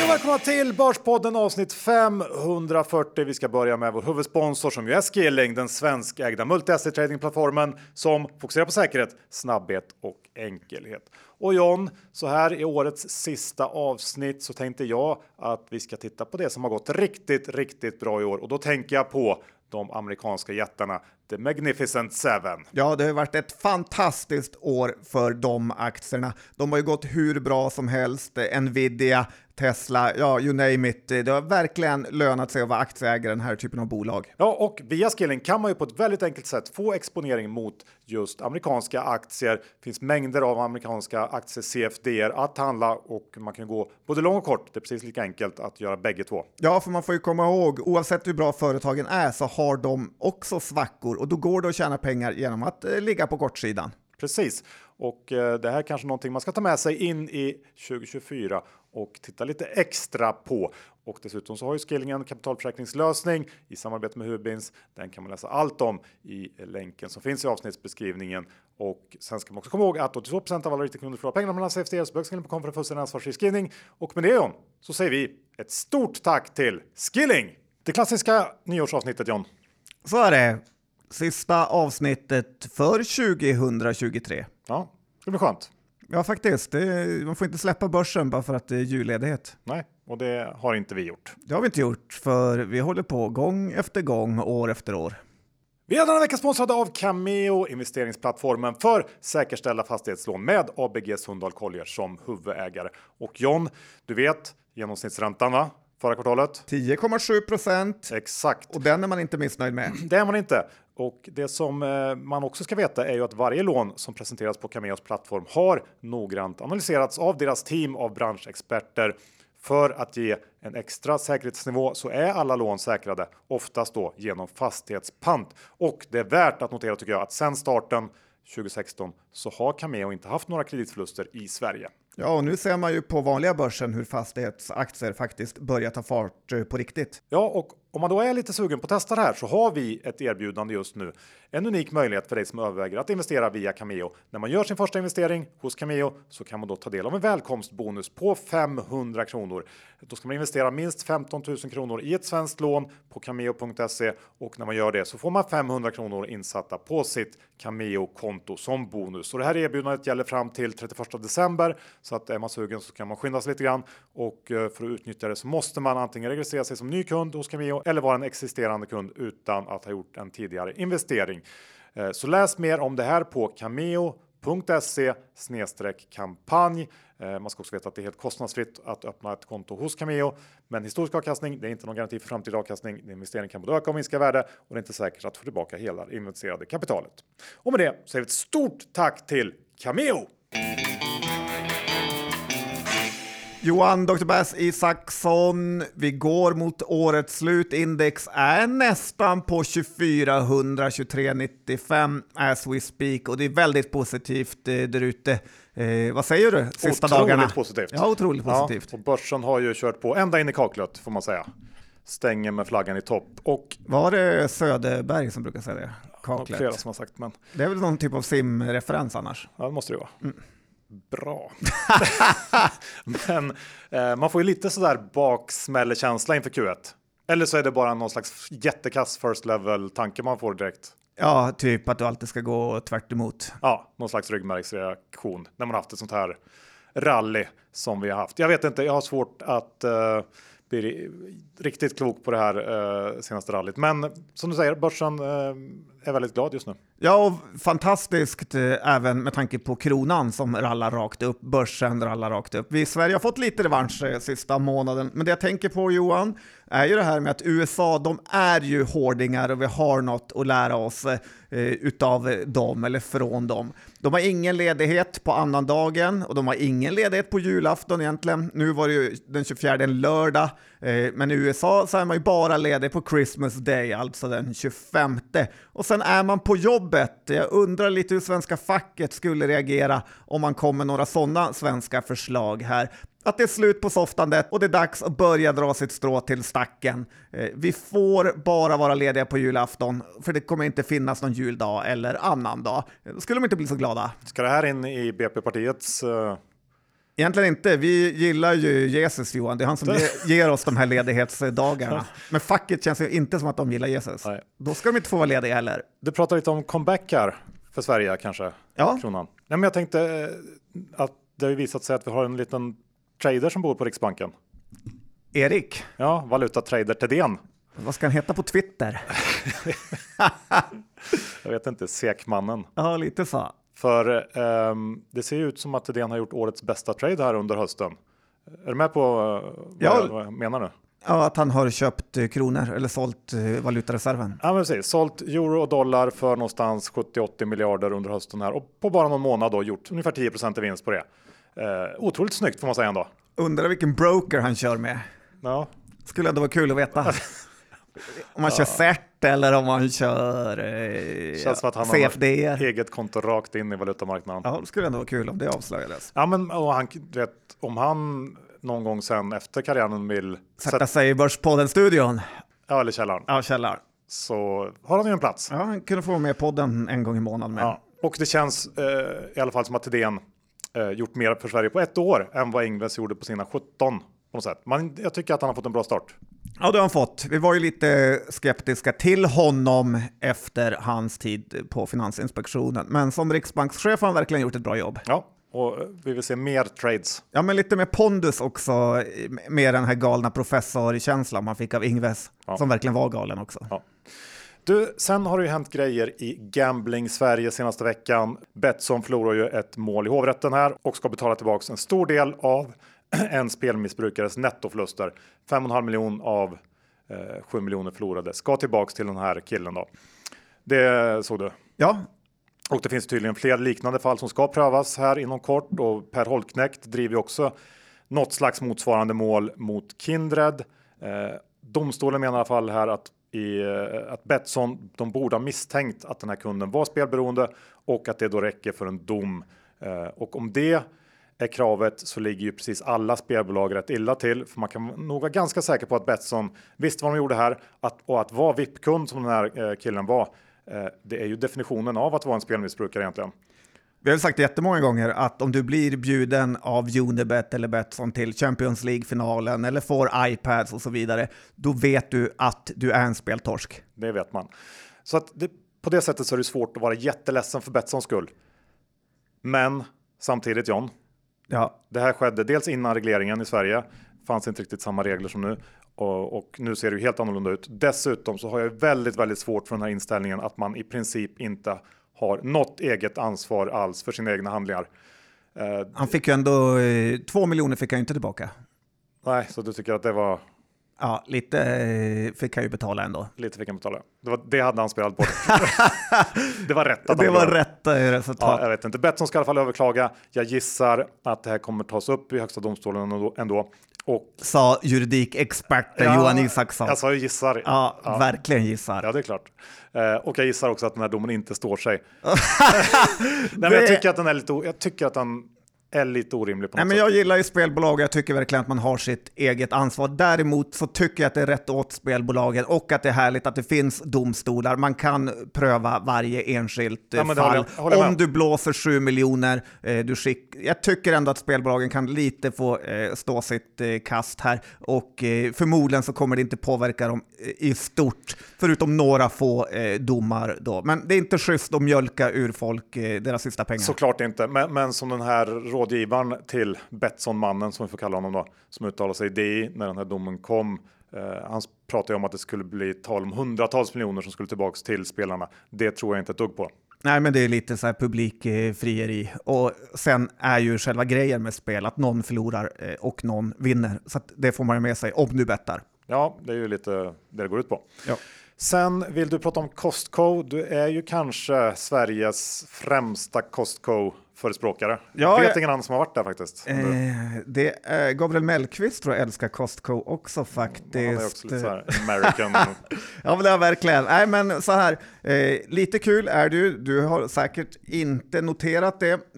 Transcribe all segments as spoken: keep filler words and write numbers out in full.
välkomna till Börspodden avsnitt femhundrafyrtio. Vi ska börja med vår huvudsponsor som ju är Skilling, den svenskägda multi-asset tradingplattformen som fokuserar på säkerhet, snabbhet och enkelhet. Och John, så här i årets sista avsnitt så tänkte jag att vi ska titta på det som har gått riktigt, riktigt bra i år. Och då tänker jag på de amerikanska jättarna, The Magnificent Seven. Ja, det har varit ett fantastiskt år för de aktierna. De har ju gått hur bra som helst. Nvidia, Tesla, ja, you name it. Det har verkligen lönat sig att vara aktieägare i den här typen av bolag. Ja, och via Skilling kan man ju på ett väldigt enkelt sätt få exponering mot just amerikanska aktier. Det finns mängder av amerikanska aktie-C F D:er att handla och man kan gå både lång och kort. Det är precis lika enkelt att göra bägge två. Ja, för man får ju komma ihåg, oavsett hur bra företagen är så har de också svackor och då går det att tjäna pengar genom att eh, ligga på kortsidan. Precis, och eh, det här är kanske någonting man ska ta med sig in i tjugo tjugofyra och titta lite extra på. Och dessutom så har ju Skilling en kapitalförsäkringslösning i samarbete med Hubins. Den kan man läsa allt om i länken som finns i avsnittsbeskrivningen. Och sen ska man också komma ihåg att åttiotvå procent av alla riktiga kunder förlorar pengarna mellan C F D så böcker Skilling på kom för en fullständig ansvarsfri skrivning. Och med det John, så säger vi ett stort tack till Skilling! Det klassiska nyårsavsnittet John. Så är det. Sista avsnittet för tjugo tjugotre. Ja, det blir skönt. Ja, faktiskt. Det, man får inte släppa börsen bara för att det är julledighet. Nej, och det har inte vi gjort. Det har vi inte gjort, för vi håller på gång efter gång, år efter år. Vi är denna vecka sponsrade av Cameo, investeringsplattformen för säkerställda fastighetslån med A B G Sundal Collier som huvudägare. Och John, du vet genomsnittsräntan va? Förra kvartalet? tio komma sju procent. Exakt. Och den är man inte missnöjd med. Det är man inte. Och det som man också ska veta är ju att varje lån som presenteras på Cameos plattform har noggrant analyserats av deras team av branschexperter. För att ge en extra säkerhetsnivå så är alla lån säkrade, oftast då genom fastighetspant. Och det är värt att notera tycker jag att sedan starten tjugo sexton så har Cameo inte haft några kreditförluster i Sverige. Ja, och nu ser man ju på vanliga börsen hur fastighetsaktier faktiskt börjar ta fart på riktigt. Ja, och om man då är lite sugen på att testa det här så har vi ett erbjudande just nu. En unik möjlighet för dig som överväger att investera via Cameo. När man gör sin första investering hos Cameo så kan man då ta del av en välkomstbonus på femhundra kronor. Då ska man investera minst femton tusen kronor i ett svenskt lån på cameo punkt se och när man gör det så får man femhundra kronor insatta på sitt Cameo-konto som bonus. Och det här erbjudandet gäller fram till trettioförsta december så att är man sugen så kan man skynda sig lite grann och för att utnyttja det så måste man antingen registrera sig som ny kund hos Cameo eller vara en existerande kund utan att ha gjort en tidigare investering. Så läs mer om det här på cameo punkt se snedstreck kampanj. Man ska också veta att det är helt kostnadsfritt att öppna ett konto hos Cameo. Men historisk avkastning, det är inte någon garanti för framtida avkastning. Din investering kan både öka och minska värde och det är inte säkert att få tillbaka hela det investerade kapitalet. Och med det så är det ett stort tack till Cameo! Johan doktor Bass Isaksson, vi går mot årets slut. Index är nästan på tjugofyra tjugotre nittiofem as we speak och det är väldigt positivt eh, där ute. Eh, vad säger du sista otroligt dagarna? Positivt. Ja, otroligt positivt. Ja, och börsen har ju kört på ända in i kaklet får man säga. Stänger med flaggan i topp. Och var det Söderberg som brukar säga det? Kaklet. Flera som har sagt, men det är väl någon typ av simreferens annars? Ja, det måste det vara. Mm. Bra. Men eh, man får ju lite sådär baksmällekänsla inför Q ett. Eller så är det bara någon slags jättekass first level tanke man får direkt. Ja, typ att du alltid ska gå tvärt emot. Ja, någon slags ryggmärgsreaktion när man haft ett sånt här rally som vi har haft. Jag vet inte, jag har svårt att eh, bli riktigt klok på det här eh, senaste rallyt. Men som du säger, börsen eh, är väldigt glad just nu. Ja, och fantastiskt eh, även med tanke på kronan som rallar rakt upp, börsen rallar rakt upp. Vi i Sverige har fått lite revansch eh, sista månaden, men det jag tänker på Johan är ju det här med att U S A, de är ju hårdingar och vi har något att lära oss eh, utav dem eller från dem. De har ingen ledighet på annandagen och de har ingen ledighet på julafton egentligen. Nu var det ju den tjugofjärde en lördag, eh, men i U S A så är man ju bara ledig på Christmas Day, alltså den tjugofemte. Och sen är man på jobbet. Jag undrar lite hur svenska facket skulle reagera om man kommer några sådana svenska förslag här. Att det är slut på softandet och det är dags att börja dra sitt strå till stacken. Vi får bara vara lediga på julafton för det kommer inte finnas någon juldag eller annan dag. Då skulle de inte bli så glada. Ska det här in i B P-partiets... Uh... Egentligen inte. Vi gillar ju Jesus, Johan. Det är han som ge, ger oss de här ledighetsdagarna. Men facket känns ju inte som att de gillar Jesus. Nej. Då ska de inte få vara lediga heller. Du pratar lite om comeback här för Sverige kanske. Ja. Kronan. Nej, men jag tänkte att det har visat sig att vi har en liten trader som bor på Riksbanken. Erik. Ja, valutatrader Thedéen. Vad ska han heta på Twitter? Jag vet inte, Sekmannen. Ja, lite så. För um, det ser ut som att Thedéen har gjort årets bästa trade här under hösten. Är du med på uh, vad, ja. jag, vad jag menar nu? Ja, att han har köpt uh, kronor eller sålt uh, valutareserven. Ja, men precis. Sålt euro och dollar för någonstans sjuttio till åttio miljarder under hösten här. Och på bara någon månad då gjort ungefär tio procent i vinst på det. Uh, otroligt snyggt får man säga ändå. Undrar vilken broker han kör med. Ja. Skulle ändå vara kul att veta. Om man ja. kör C E R T eller om man kör eh, känns som att han C F D R. Har eget konto rakt in i valutamarknaden. Ja, det skulle ändå vara kul om det avslöjades. Ja, men och han, vet, om han någon gång sen efter karriären vill sätta sätt... sig i Börspodden-studion. Ja, eller källaren. Ja, källaren. Så har han ju en plats. Ja, han kunde få med podden en gång i månaden med. Ja. Och det känns eh, i alla fall som att Thedéen eh, gjort mer för Sverige på ett år än vad Ingves gjorde på sina sjutton. På något sätt. Men jag tycker att han har fått en bra start. Ja, det har han fått. Vi var ju lite skeptiska till honom efter hans tid på Finansinspektionen. Men som riksbankschef har han verkligen gjort ett bra jobb. Ja, och vi vill se mer trades. Ja, men lite mer pondus också. Mer den här galna professorkänslan man fick av Ingves. Ja. Som verkligen var galen också. Ja. Du, sen har det ju hänt grejer i Gambling Sverige senaste veckan. Betsson förlorar ju ett mål i hovrätten här och ska betala tillbaka en stor del av en spelmissbrukares nettoförluster. fem komma fem miljoner av eh, sju miljoner förlorade ska tillbaka till den här killen då. Det såg du? Ja. Och det finns tydligen fler liknande fall som ska prövas här inom kort. Och Per Holknekt driver också något slags motsvarande mål mot Kindred. Eh, domstolen menar i alla fall här att, i, eh, att Betsson, de borde ha misstänkt att den här kunden var spelberoende och att det då räcker för en dom. Eh, och om det är kravet så ligger ju precis alla spelbolag rätt illa till. För man kan nog vara ganska säker på att Betsson visste vad de gjorde här. Att, och att vara V I P-kund som den här eh, killen var. Eh, det är ju definitionen av att vara en spelmissbrukare egentligen. Vi har sagt jättemånga gånger att om du blir bjuden av Unibet eller Betsson till Champions League-finalen eller får iPads och så vidare. Då vet du att du är en speltorsk. Det vet man. Så att det, på det sättet så är det svårt att vara jätteledsen för Betssons skull. Men samtidigt, John. Ja. Det här skedde dels innan regleringen i Sverige. Fanns inte riktigt samma regler som nu. Och, och nu ser det ju helt annorlunda ut. Dessutom så har jag väldigt, väldigt svårt för den här inställningen att man i princip inte har något eget ansvar alls för sina egna handlingar. Eh, han fick ju ändå, eh, två miljoner fick han inte tillbaka. Nej, så du tycker att det var... Ja, lite eh, fick han ju betala ändå. Lite fick han betala. Det, var, det hade han spelat bort. Det var rätt att Det han var rätt resultat. Ja, jag vet inte. Betsson ska i alla fall överklaga. Jag gissar att det här kommer tas upp i högsta domstolen ändå. Och... Sa juridikexperten ja, Johan Isaksson. Jag sa ju gissar. Ja, ja, verkligen gissar. Ja, det är klart. Eh, och jag gissar också att den här domen inte står sig. Nej, men jag tycker att den är lite... Jag tycker att den... är lite orimlig på något Nej, men sätt. jag gillar ju spelbolag och jag tycker verkligen att man har sitt eget ansvar. Däremot så tycker jag att det är rätt åt spelbolagen och att det är härligt att det finns domstolar. Man kan pröva varje enskilt ja, fall. Håller jag, håller Om du blåser sju miljoner, eh, du skick... jag tycker ändå att spelbolagen kan lite få eh, stå sitt eh, kast här. Och eh, förmodligen så kommer det inte påverka dem eh, i stort, förutom några få eh, domar då. Men det är inte schysst att mjölka ur folk eh, deras sista pengar. Såklart inte, men, men som den här rådgivaren till Betsson-mannen, som vi får kalla honom då, som uttalade sig i D I när den här domen kom. Eh, han pratade om att det skulle bli tal om hundratals miljoner som skulle tillbaka till spelarna. Det tror jag inte ett dugg på. Nej, men det är lite så här publikfrieri. Och sen är ju själva grejen med spel att någon förlorar eh, och någon vinner. Så att det får man ju med sig om du bettar. Ja, det är ju lite det det går ut på. Ja. Sen vill du prata om Costco. Du är ju kanske Sveriges främsta Costco-förespråkare. Ja, jag vet jag, ingen annan som har varit där faktiskt. Eh, det är Gabriel Mellqvist tror jag älskar Costco också faktiskt. Han är också lite så här American. Ja, men det är verkligen. Nej, men så här, eh, lite kul är du. Du har säkert inte noterat det, men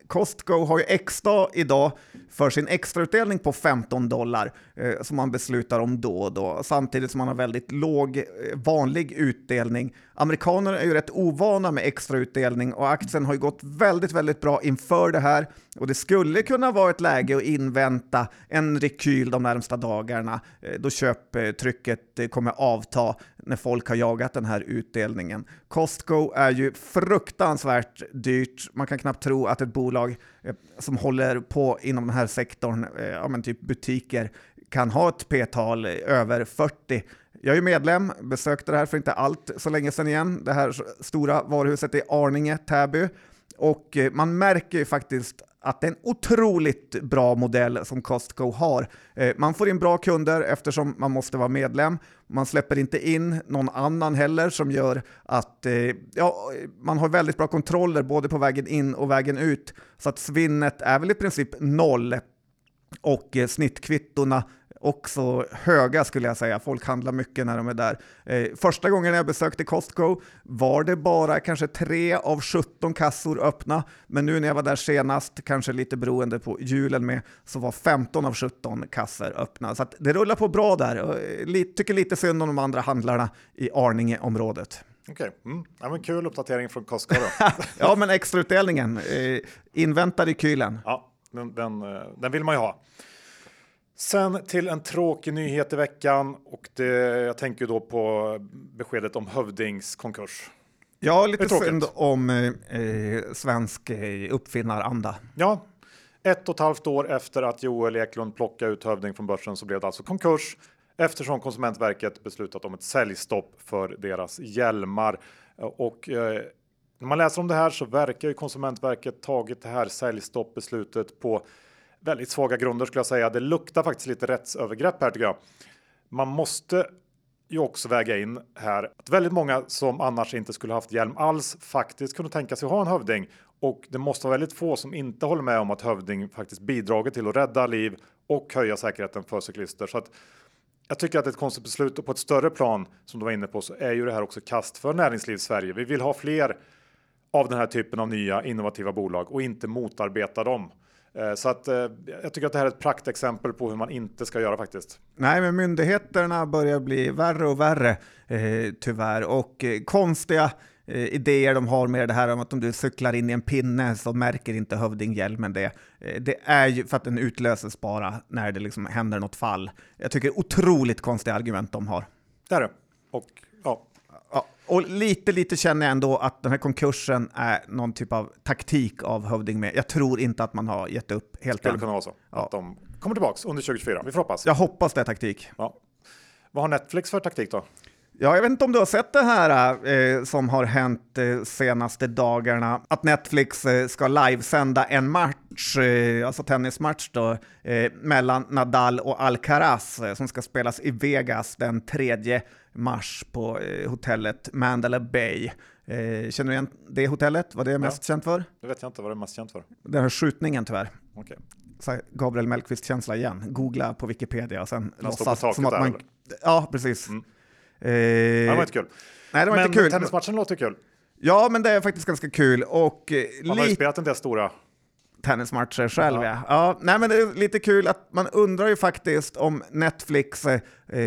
Costco har ju extra idag för sin extrautdelning på femton dollar eh, som man beslutar om då och då, samtidigt som man har väldigt låg eh, vanlig utdelning. Amerikaner är ju rätt ovana med extrautdelning och aktien har ju gått väldigt, väldigt bra inför det här, och det skulle kunna vara ett läge att invänta en rekyl de närmsta dagarna eh, då köptrycket eh, kommer avta när folk har jagat den här utdelningen. Costco är ju fruktansvärt dyrt. Man kan knappt tro att ett bolag eh, som håller på inom den här sektorn, eh, ja, men typ butiker, kan ha ett p-tal över fyrtio. Jag är medlem, besökte det här för inte allt så länge sedan igen, det här stora varuhuset i Arninge, Täby, och eh, man märker ju faktiskt att det är en otroligt bra modell som Costco har. Eh, man får in bra kunder eftersom man måste vara medlem. Man släpper inte in någon annan heller, som gör att eh, ja, man har väldigt bra kontroller både på vägen in och vägen ut. Så att svinnet är väl i princip noll, och eh, snittkvittorna också höga skulle jag säga. Folk handlar mycket när de är där. Eh, första gången jag besökte Costco var det bara kanske tre av sjutton kassor öppna. Men nu när jag var där senast, kanske lite beroende på julen med, så var femton av sjutton kassor öppna. Så att det rullar på bra där. Och, eh, tycker lite synd om de andra handlarna i Arninge-området. Okej, okay. mm. ja, men kul uppdatering från Costco då. Ja, men extrautdelningen. Eh, inväntar i kylen. Ja, den, den, den vill man ju ha. Sen till en tråkig nyhet i veckan, och det, jag tänker då på beskedet om Hövdings konkurs. Ja, lite synd om eh, svensk eh, uppfinnaranda. Ja, ett och ett halvt år efter att Joel Eklund plockade ut Hövding från börsen så blev det alltså konkurs, eftersom Konsumentverket beslutat om ett säljstopp för deras hjälmar. Och eh, när man läser om det här så verkar ju Konsumentverket tagit det här säljstoppbeslutet på väldigt svaga grunder skulle jag säga. Det luktar faktiskt lite rättsövergrepp här tycker jag. Man måste ju också väga in här att väldigt många som annars inte skulle haft hjälm alls faktiskt kunde tänka sig att ha en Hövding. Och det måste vara väldigt få som inte håller med om att Hövding faktiskt bidragit till att rädda liv och höja säkerheten för cyklister. Så att jag tycker att ett konstigt beslut, och på ett större plan som du var inne på så är ju det här också kast för näringsliv i Sverige. Vi vill ha fler av den här typen av nya innovativa bolag och inte motarbeta dem. Så att jag tycker att det här är ett praktexempel på hur man inte ska göra faktiskt. Nej, men myndigheterna börjar bli värre och värre eh, tyvärr, och eh, konstiga eh, idéer de har med det här om att om du cyklar in i en pinne så märker inte Hövdinghjälmen det. Eh, det är ju för att den utlöses bara när det liksom händer något fall. Jag tycker otroligt konstiga argument de har. Det är det. Och ja. Ja, och lite, lite känner jag ändå att den här konkursen är någon typ av taktik av Hövding med. Jag tror inte att man har gett upp helt. Det skulle kunna vara så. Ja. Att de kommer tillbaka under tjugo tjugofyra. Vi får hoppas. Jag hoppas det är taktik. Ja. Vad har Netflix för taktik då? Ja, jag vet inte om du har sett det här eh, som har hänt eh, senaste dagarna. Att Netflix eh, ska livesända en match, eh, alltså tennismatch då, eh, mellan Nadal och Alcaraz eh, som ska spelas i Vegas den tredje mars på eh, hotellet Mandalay Bay. Eh, känner du igen det hotellet? Vad det är mest ja. känt för? Det vet jag inte vad det är mest känt för. Den här skjutningen tyvärr. Okej. Så Gabriel Mellqvist-känsla igen. Googla på Wikipedia och sen låtsas som att man... Där, ja, precis. Mm. Eh, det var inte kul. Nej, det var men inte kul. Tennismatchen låter kul. Ja, men det är faktiskt ganska kul. Och man har li- ju spelat en del stora tennismatcher själv. Ja. Ja, nej, men det är lite kul att man undrar ju faktiskt om Netflix eh,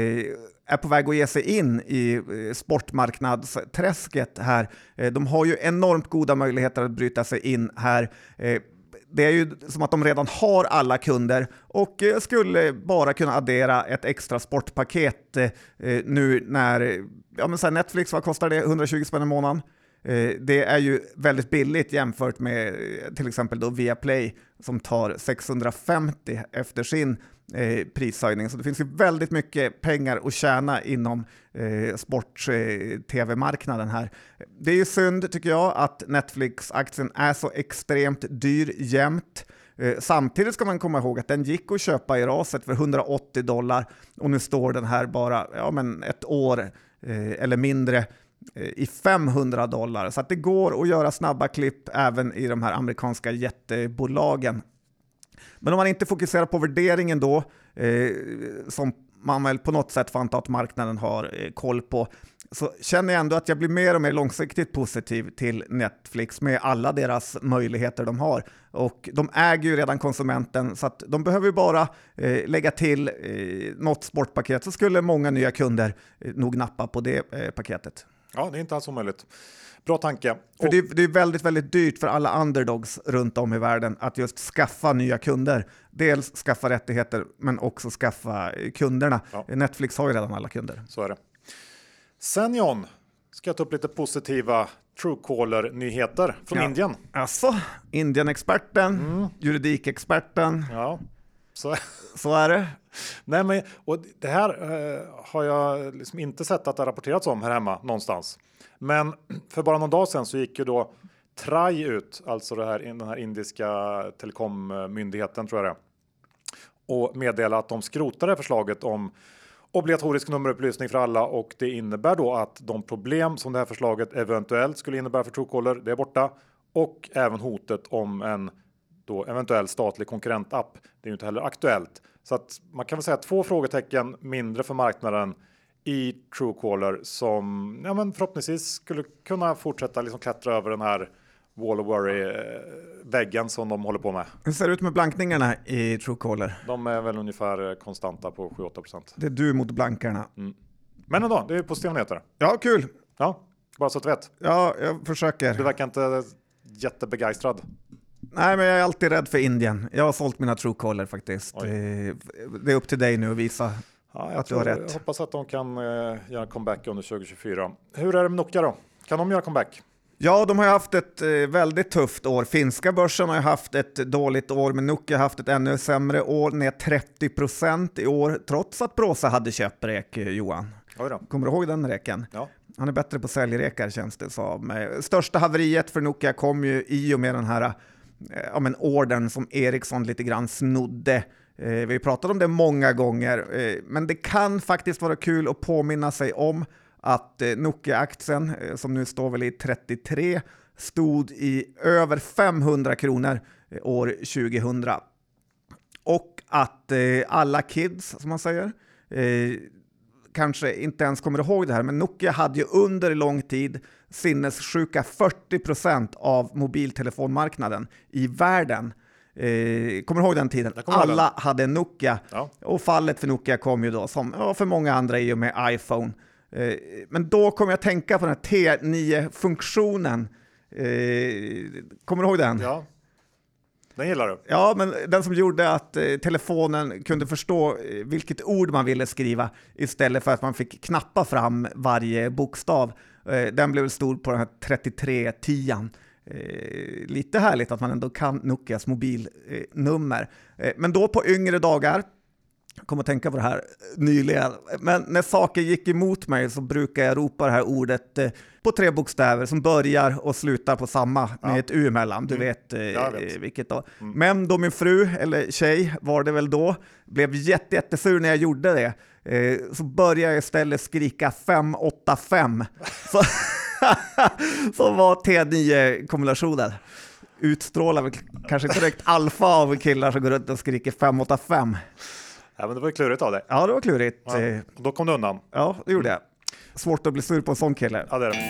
är på väg att ge sig in i eh, sportmarknadsträsket här. Eh, de har ju enormt goda möjligheter att bryta sig in här. Eh, Det är ju som att de redan har alla kunder och skulle bara kunna addera ett extra sportpaket eh, nu när ja, men så här Netflix, vad kostar det? hundratjugo spänn i månaden. Eh, det är ju väldigt billigt jämfört med till exempel då Viaplay som tar sexhundrafemtio efter sin eh, prishöjning. Så det finns ju väldigt mycket pengar att tjäna inom eh, sport-tv-marknaden här. Det är ju synd tycker jag att Netflix-aktien är så extremt dyr jämt. Eh, samtidigt ska man komma ihåg att den gick att köpa i raset för hundraåttio dollar och nu står den här bara ja, men ett år eh, eller mindre i femhundra dollar. Så att det går att göra snabba klipp även i de här amerikanska jättebolagen. Men om man inte fokuserar på värderingen då, eh, som man väl på något sätt får anta att marknaden har eh, koll på, så känner jag ändå att jag blir mer och mer långsiktigt positiv till Netflix med alla deras möjligheter de har. Och de äger ju redan konsumenten, så att de behöver ju bara eh, lägga till eh, något sportpaket, så skulle många nya kunder eh, nog nappa på det eh, paketet. Ja, det är inte alls omöjligt. Bra tanke. För det, det är väldigt, väldigt dyrt för alla underdogs runt om i världen att just skaffa nya kunder. Dels skaffa rättigheter, men också skaffa kunderna. Ja. Netflix har ju redan alla kunder. Så är det. Sen John, ska jag ta upp lite positiva Truecaller-nyheter från ja. Indien. Alltså, Indien-experten, mm. juridikexperten. Ja, så. så är det. Nej, men, och det här eh, har jag liksom inte sett att det har rapporterats om här hemma någonstans. Men för bara någon dag sedan så gick ju då Trai ut, alltså det här, den här indiska telekommyndigheten tror jag det, och meddelade att de skrotade förslaget om obligatorisk nummerupplysning för alla, och det innebär då att de problem som det här förslaget eventuellt skulle innebära för Truecaller, det är borta, och även hotet om en då eventuell statlig konkurrentapp, det är ju inte heller aktuellt. Så att man kan väl säga två frågetecken mindre för marknaden i Truecaller som ja, men förhoppningsvis skulle kunna fortsätta liksom klättra över den här wall of worry-väggen som de håller på med. Hur ser det ut med blankningarna i Truecaller? De är väl ungefär konstanta på sju till åtta procent. Det är du mot blankarna. Mm. Men ändå, det är positiva nyheter. Ja, kul! Ja, bara så att du vet. Ja, jag försöker. Du verkar inte jättebegeistrad. Nej, men jag är alltid rädd för Indien. Jag har sålt mina Truecaller faktiskt. Oj. Det är upp till dig nu att visa ja, jag att du har rätt. Jag hoppas att de kan uh, göra comeback under tjugo tjugofyra. Hur är det med Nokia då? Kan de göra comeback? Ja, de har ju haft ett eh, väldigt tufft år. Finska börsen har ju haft ett dåligt år, men Nokia har haft ett ännu sämre år, ner trettio procent i år, trots att Brosa hade köprek, Johan. Oj då. Kommer du ihåg den reken? Ja. Han är bättre på säljrekar, känns det som. Största haveriet för Nokia kom ju i och med den här ja, men ordern som Ericsson lite grann snodde. Eh, vi har pratat om det många gånger, eh, men det kan faktiskt vara kul att påminna sig om att eh, Nokia-aktien, eh, som nu står väl i trettiotre, stod i över femhundra kronor eh, år tjugohundra. Och att eh, alla kids, som man säger, eh, kanske inte ens kommer ihåg det här, men Nokia hade ju under lång tid sinnessjuka fyrtio procent av mobiltelefonmarknaden i världen. Eh, kommer du ihåg den tiden? Alla den. hade Nokia. Ja. Och fallet för Nokia kom ju då som ja, för många andra i och med iPhone. Eh, men då kom jag att tänka på den här T nio-funktionen. Eh, kommer du ihåg den? Ja. Den gillar du? Ja, men den som gjorde att eh, telefonen kunde förstå eh, vilket ord man ville skriva istället för att man fick knappa fram varje bokstav. Eh, den blev stor på den här trettiotre tio. Eh, lite härligt att man ändå kan Nokias mobilnummer. Eh, men då på yngre dagar, kom att tänka på det här nyligen, men när saker gick emot mig så brukar jag ropa det här ordet eh, på tre bokstäver som börjar och slutar på samma med ja. ett U emellan. Du mm. vet, eh, vet vilket då. Mm. Men då min fru, eller tjej var det väl då, blev jätte, jättesur när jag gjorde det. Eh, så började jag istället skrika fem åtta fem. Så som var T nio-kombinationen. Utstrålar väl kanske inte direkt alfa av killar som går runt och skriker fem åtta fem. Ja, men det var ju klurigt av dig. Ja, det var klurigt. Ja, då kom du undan. Ja, det gjorde jag. Svårt att bli sur på en sån kille. Ja, det är det.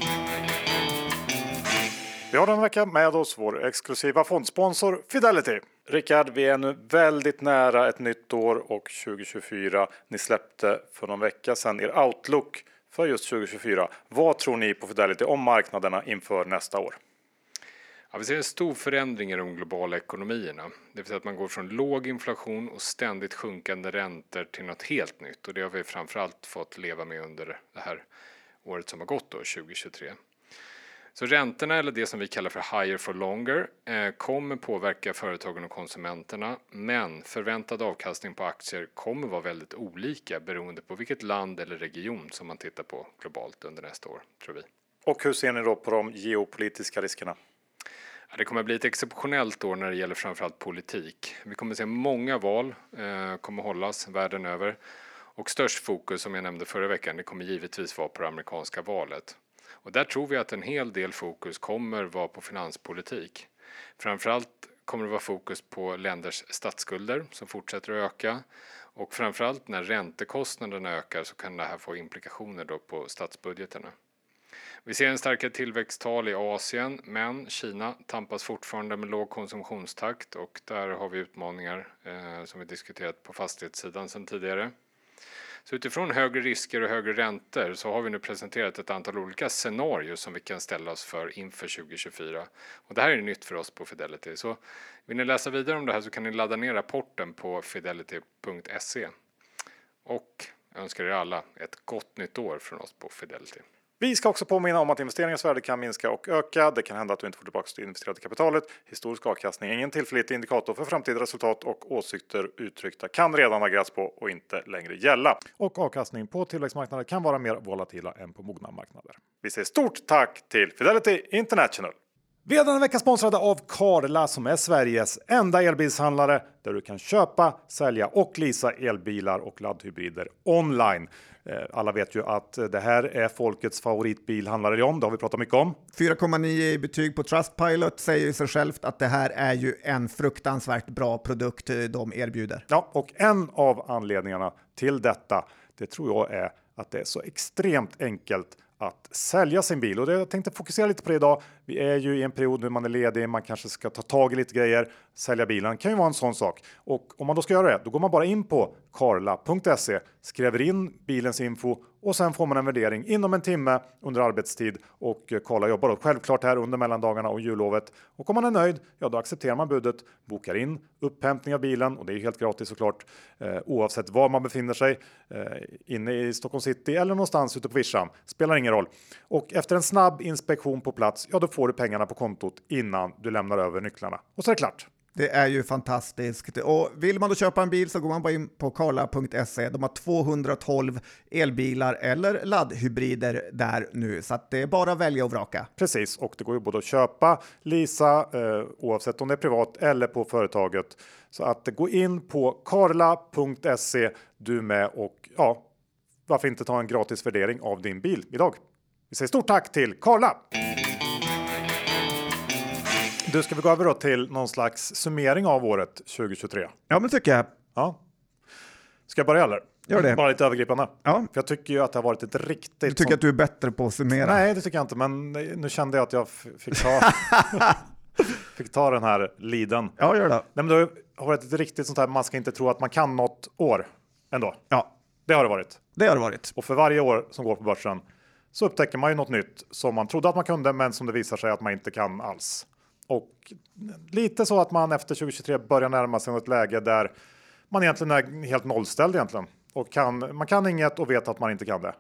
Vi har den vecka med oss vår exklusiva fondsponsor Fidelity. Rickard, vi är nu väldigt nära ett nytt år och tjugo tjugofyra. Ni släppte för någon vecka sedan er outlook för just tjugo tjugofyra. Vad tror ni på Fidelity om marknaderna inför nästa år? Ja, vi ser en stor förändring i de globala ekonomierna. Det vill säga att man går från låg inflation och ständigt sjunkande räntor till något helt nytt. Och det har vi framförallt fått leva med under det här året som har gått då, tjugo tjugotre. Så räntorna, eller det som vi kallar för higher for longer, eh, kommer påverka företagen och konsumenterna. Men förväntad avkastning på aktier kommer vara väldigt olika beroende på vilket land eller region som man tittar på globalt under nästa år, tror vi. Och hur ser ni då på de geopolitiska riskerna? Det kommer att bli ett exceptionellt år när det gäller framförallt politik. Vi kommer att se många val eh, kommer hållas världen över. Och störst fokus, som jag nämnde förra veckan, det kommer givetvis vara på det amerikanska valet. Och där tror vi att en hel del fokus kommer vara på finanspolitik. Framförallt kommer det vara fokus på länders statsskulder som fortsätter att öka. Och framförallt när räntekostnaderna ökar så kan det här få implikationer då på statsbudgeterna. Vi ser en starkare tillväxttal i Asien, men Kina tampas fortfarande med låg konsumtionstakt och där har vi utmaningar eh, som vi diskuterat på fastighetssidan sedan tidigare. Så utifrån högre risker och högre räntor så har vi nu presenterat ett antal olika scenarier som vi kan ställa oss för inför tjugo tjugofyra. Och det här är nytt för oss på Fidelity. Så vill ni läsa vidare om det här så kan ni ladda ner rapporten på fidelity punkt se. Och jag önskar er alla ett gott nytt år från oss på Fidelity. Vi ska också påminna om att investeringens värde kan minska och öka. Det kan hända att du inte får tillbaka det investerade kapitalet. Historisk avkastning är ingen tillförlitlig indikator för framtida resultat och åsikter uttryckta kan redan agreras på och inte längre gälla. Och avkastning på tillväxtmarknader kan vara mer volatila än på mogna marknader. Vi säger stort tack till Fidelity International. Vi är denna vecka sponsrade av Carla som är Sveriges enda elbilshandlare där du kan köpa, sälja och leasa elbilar och laddhybrider online. Alla vet ju att det här är folkets favoritbilhandlare om. Det har vi pratat mycket om. fyra komma nio i betyg på Trustpilot säger sig självt att det här är ju en fruktansvärt bra produkt de erbjuder. Ja, och en av anledningarna till detta, det tror jag är att det är så extremt enkelt att sälja sin bil. Och det, jag tänkte fokusera lite på det idag. Vi är ju i en period när man är ledig, man kanske ska ta tag i lite grejer. Sälja bilen kan ju vara en sån sak. Och om man då ska göra det, då går man bara in på carla punkt se, skriver in bilens info och sen får man en värdering inom en timme under arbetstid. Och Carla jobbar då självklart här under mellandagarna och jullovet. Och om man är nöjd, ja då accepterar man budet, bokar in upphämtning av bilen och det är helt gratis såklart. Eh, oavsett var man befinner sig, eh, inne i Stockholm city eller någonstans ute på Vischan. Spelar ingen roll. Och efter en snabb inspektion på plats, ja då får du pengarna på kontot innan du lämnar över nycklarna. Och så är det klart. Det är ju fantastiskt. Och vill man då köpa en bil så går man bara in på carla punkt se. De har tvåhundratolv elbilar eller laddhybrider där nu. Så att det är bara att välja och vraka. Precis, och det går ju både att köpa, leasa, eh, oavsett om det är privat eller på företaget. Så att gå in på carla punkt se du med och ja, varför inte ta en gratis värdering av din bil idag. Vi säger stort tack till Carla! Du, ska vi gå över då till någon slags summering av året tjugo tjugotre? Ja, men tycker jag. Ja. Ska jag börja eller? Gör det. Bara lite övergripande. Ja. För jag tycker ju att det har varit ett riktigt... Du tycker sånt... att du är bättre på att summera? Nej, det tycker jag inte. Men nu kände jag att jag f- fick ta... fick ta den här liden. Ja, gör det. Nej, men det har varit ett riktigt sånt här, man ska inte tro att man kan något år ändå. Ja. Det har det varit. Det har det varit. Och för varje år som går på börsen så upptäcker man ju något nytt som man trodde att man kunde men som det visar sig att man inte kan alls. Och lite så att man efter tjugo tjugotre börjar närma sig ett läge där man egentligen är helt nollställd egentligen. Och kan, man kan inget och vet att man inte kan det.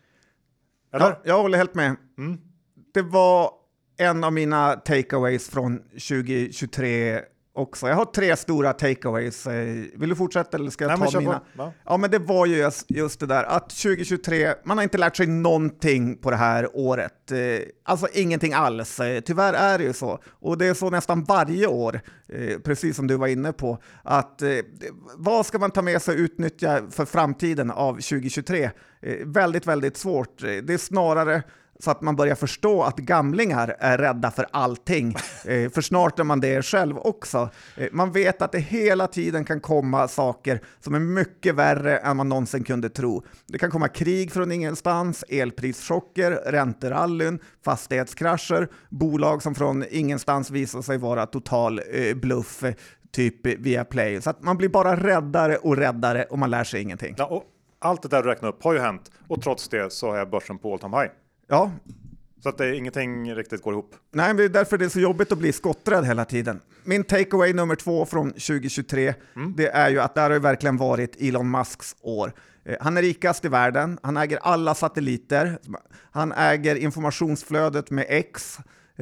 Eller? Ja, jag håller helt med. Mm. Det var en av mina takeaways från tjugo tjugotre också. Jag har tre stora takeaways. Vill du fortsätta eller ska jag Nej, ta mina? Ja. ja, men det var ju just, just det där att tjugo tjugotre, man har inte lärt sig någonting på det här året. Alltså ingenting alls. Tyvärr är det ju så. Och det är så nästan varje år, precis som du var inne på, att vad ska man ta med sig och utnyttja för framtiden av tjugo tjugotre? Väldigt, väldigt svårt. Det är snarare så att man börjar förstå att gamlingar är rädda för allting. Eh, för snart är man det själv också. Eh, man vet att det hela tiden kan komma saker som är mycket värre än man någonsin kunde tro. Det kan komma krig från ingenstans, elprischocker, ränterallyn, fastighetskrascher, bolag som från ingenstans visar sig vara total eh, bluff, eh, typ via Play. Så att man blir bara räddare och räddare och man lär sig ingenting. Ja, och allt det där du räknar upp har ju hänt och trots det så är börsen på all time high. Ja. Så att det, ingenting riktigt går ihop. Nej, men det är därför det är så jobbigt att bli skotträdd hela tiden. Min takeaway nummer två från tjugo tjugotre, mm. det är ju att det här har verkligen varit Elon Musks år. Han är rikast i världen, han äger alla satelliter, han äger informationsflödet med X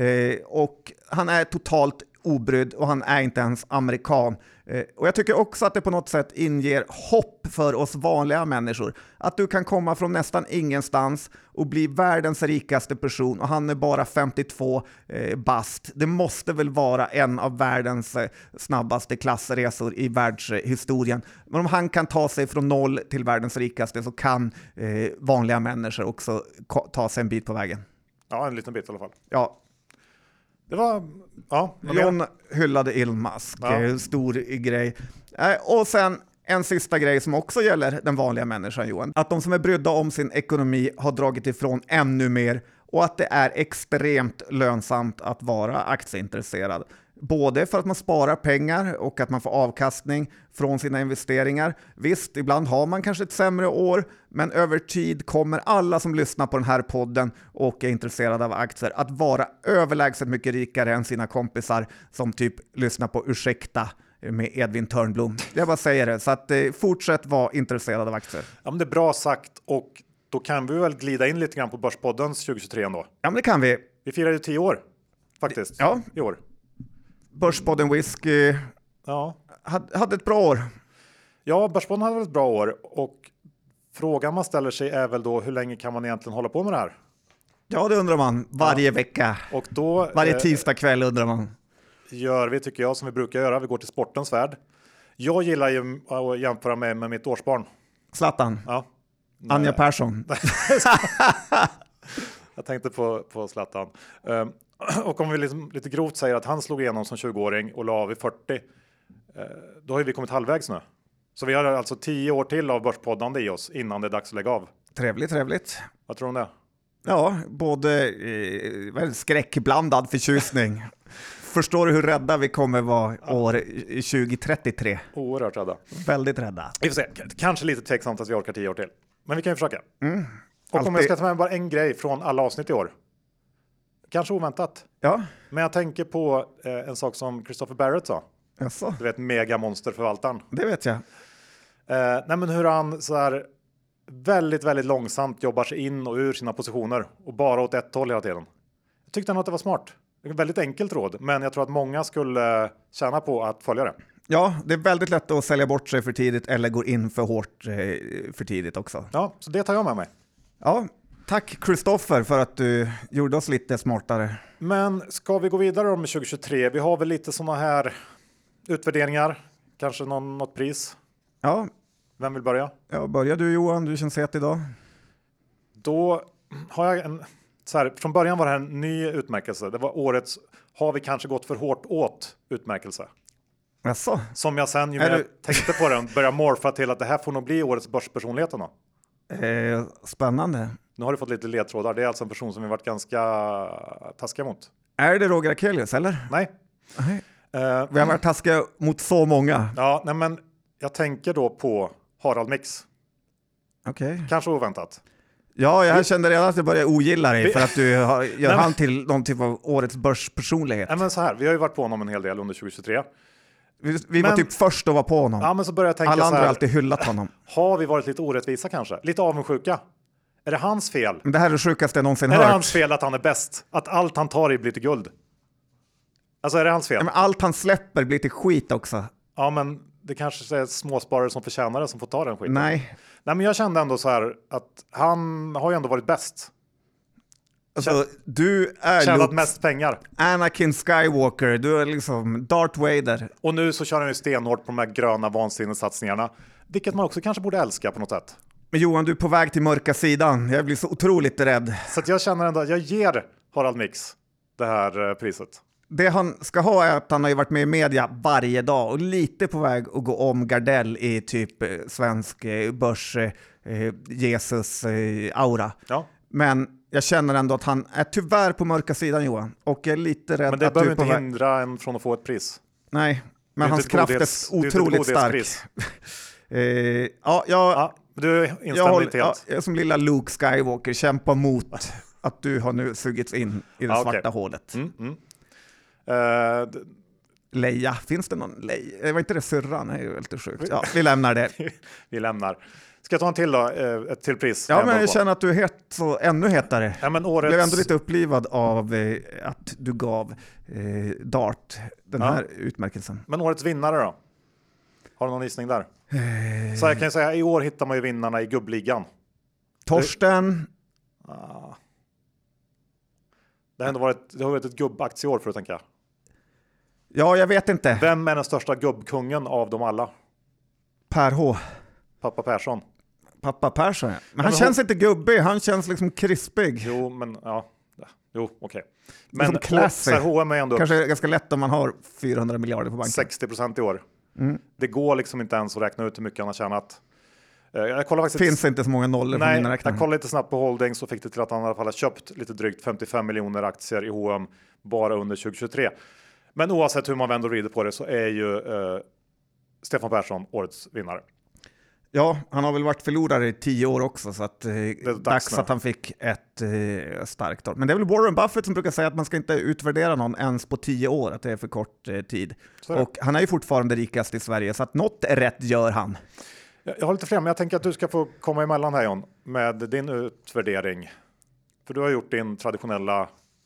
och han är totalt obrydd och han är inte ens amerikan. Eh, och jag tycker också att det på något sätt inger hopp för oss vanliga människor. Att du kan komma från nästan ingenstans och bli världens rikaste person och han är bara femtiotvå eh, bast. Det måste väl vara en av världens eh, snabbaste klassresor i världshistorien. Men om han kan ta sig från noll till världens rikaste så kan eh, vanliga människor också ko- ta sig en bit på vägen. Ja, en liten bit i alla fall. Ja. Det var, ja. John hyllade Elon Musk, ja. Stor grej. Och sen En sista grej som också gäller den vanliga människan, Johan. Att de som är brydda om sin ekonomi har dragit ifrån ännu mer och att det är extremt lönsamt att vara aktieintresserad. Både för att man sparar pengar och att man får avkastning från sina investeringar. Visst, ibland har man kanske ett sämre år, men över tid kommer alla som lyssnar på den här podden och är intresserade av aktier att vara överlägset mycket rikare än sina kompisar som typ lyssnar på Ursäkta med Edvin Törnblom. Jag bara säger det, så att eh, fortsätt vara intresserad av aktier. Ja, men det är bra sagt, och då kan vi väl glida in lite grann på Börspoddens tjugohundratjugotre ändå. Ja, men det kan vi. Vi firar ju tio år faktiskt, ja. i år. Börspodden Whisky ja. hade, hade ett bra år. Ja, Börspodden hade väl ett bra år, och frågan man ställer sig är väl då hur länge kan man egentligen hålla på med det här? Ja, det undrar man varje ja. vecka. Och då, varje tisdag kväll undrar man. Gör vi, tycker jag, som vi brukar göra. Vi går till sportens värld. Jag gillar ju att jämföra med, med mitt årsbarn. Zlatan. Ja. Anja Persson. Jag tänkte på, på Zlatan. Um, och om vi liksom, lite grovt säger att han slog igenom som tjugo-åring och la av i fyrtio. Uh, då har vi kommit halvvägs nu. Så vi har alltså tio år till av börspoddande i oss innan det är dags att lägga av. Trevligt, trevligt. Vad tror du om det? Ja, både eh, skräckblandad förtjusning. Förstår du hur rädda vi kommer vara år tjugo trettiotre? Oerhört rädda. Väldigt rädda. Vi får se. Kanske lite tveksamt att vi orkar tio år till. Men vi kan ju försöka. Mm. Och Alltid. Om jag ska ta med bara en grej från alla avsnitt i år. Kanske oväntat. Ja. Men jag tänker på eh, en sak som Christopher Barrett sa. Jaså? Du vet, megamonsterförvaltaren. Det vet jag. Eh, nej men hur han så här väldigt, väldigt långsamt jobbar sig in och ur sina positioner. Och bara åt ett håll hela tiden. Jag tyckte han att det var smart. Det är ett väldigt enkelt råd, men jag tror att många skulle tjäna på att följa det. Ja, det är väldigt lätt att sälja bort sig för tidigt eller gå in för hårt eh, för tidigt också. Ja, så det tar jag med mig. Ja, tack Christopher för att du gjorde oss lite smartare. Men ska vi gå vidare om tjugohundratjugotre? Vi har väl lite sådana här utvärderingar, kanske någon, något pris. Ja. Vem vill börja? Ja, börja du Johan, du känns het idag. Då har jag en... Så här, från början var det en ny utmärkelse. Det var årets har vi kanske gått för hårt åt utmärkelse. Jaså? Som jag sen ju mer du... tänkte på den började morfa till att det här får nog bli årets börspersonligheten då. Eh, spännande. Nu har du fått lite ledtrådar. Det är alltså en person som vi varit ganska taskiga mot. Är det Roger Akelius eller? Nej. Nej. Uh, vi har varit taskiga mot så många. Ja, nej, men jag tänker då på Harald Mix. Okej. Okay. Kanske oväntat. Ja, jag kände redan att jag började ogilla dig för att du har, gör nej, han till någon typ av årets börspersonlighet. Nej, men så här, vi har ju varit på honom en hel del under tjugohundratjugotre. Vi, vi men, var typ först att vara på honom. Ja, men så började jag tänka alla andra har alltid hyllat honom. Har vi varit lite orättvisa kanske? Lite avundsjuka? Är det hans fel? Men det här är det sjukaste jag någonsin är hört. Är det hans fel att han är bäst? Att allt han tar i blir till guld? Alltså är det hans fel? Ja, men allt han släpper blir till skit också. Ja, men det kanske är småsparare som förtjänar det som får ta den skiten. Nej. Nej, men jag kände ändå så här att han har ju ändå varit bäst. Alltså, du är tjänat mest pengar. Anakin Skywalker, du är liksom Darth Vader. Och nu så kör han ju stenhårt på de här gröna vansinnesatsningarna. Vilket man också kanske borde älska på något sätt. Men Johan, du är på väg till mörka sidan. Jag blir så otroligt rädd. Så att jag känner ändå att jag ger Harald Mix det här priset. Det han ska ha är att han har ju varit med i media varje dag och lite på väg att gå om Gardell i typ eh, svensk eh, börs eh, Jesus eh, aura. Ja. Men jag känner ändå att han är tyvärr på mörka sidan, Johan. Och jag är lite rädd att du är på väg. Men det behöver inte hindra en från att få ett pris. Nej, men hans kraft godhets, är otroligt stark. eh, ja, jag, ja, du instämmer jag, håller, inte helt. Ja, jag som lilla Luke Skywalker kämpar mot att du har nu sugits in i det ja, svarta okay. hålet. Mm, mm. Uh, d- Leia, finns det någon Leia? Var inte det syrran? Nej, det är lite sjukt. Ja, vi lämnar det. Vi lämnar. Ska jag ta en till då? Ett till pris? Ja, men jag känner att du är het, så ännu hetare. Ja, men årets... Jag blev ändå lite upplivad av eh, att du gav eh, Dart den ja. här utmärkelsen. Men årets vinnare då? Har du någon gissning där? Eh... Så jag kan säga, i år hittar man ju vinnarna i gubbligan. Torsten. Det... Ah. Det har ändå varit, det har varit ett gubbaktieår för att tänka. Ja, jag vet inte. Vem är den största gubbkungen av dem alla? Per H. Pappa Persson. Pappa Persson, ja. Men, men han men känns hon... inte gubbig, han känns liksom krispig. Jo, men ja. Jo, okej. Okay. Men H och M är ändå... Kanske är ganska lätt om man har fyrahundra miljarder på banken. sextio procent i år. Mm. Det går liksom inte ens att räkna ut hur mycket han har tjänat. Jag kollar faktiskt finns inte så många nollor nej, på mina räkningar. Jag kollade lite snabbt på Holdings och fick det till att han i alla fall har köpt lite drygt femtiofem miljoner aktier i H och M bara under tjugohundratjugotre. Men oavsett hur man vänder och vrider på det så är ju eh, Stefan Persson årets vinnare. Ja, han har väl varit förlorare i tio år också, så att det är dags, dags att han fick ett eh, starkt år. Men det är väl Warren Buffett som brukar säga att man ska inte utvärdera någon ens på tio år, att det är för kort eh, tid. Och han är ju fortfarande rikast i Sverige, så att något rätt gör han. Jag, jag har lite fler, men jag tänker att du ska få komma emellan här, John, med din utvärdering. För du har gjort din traditionella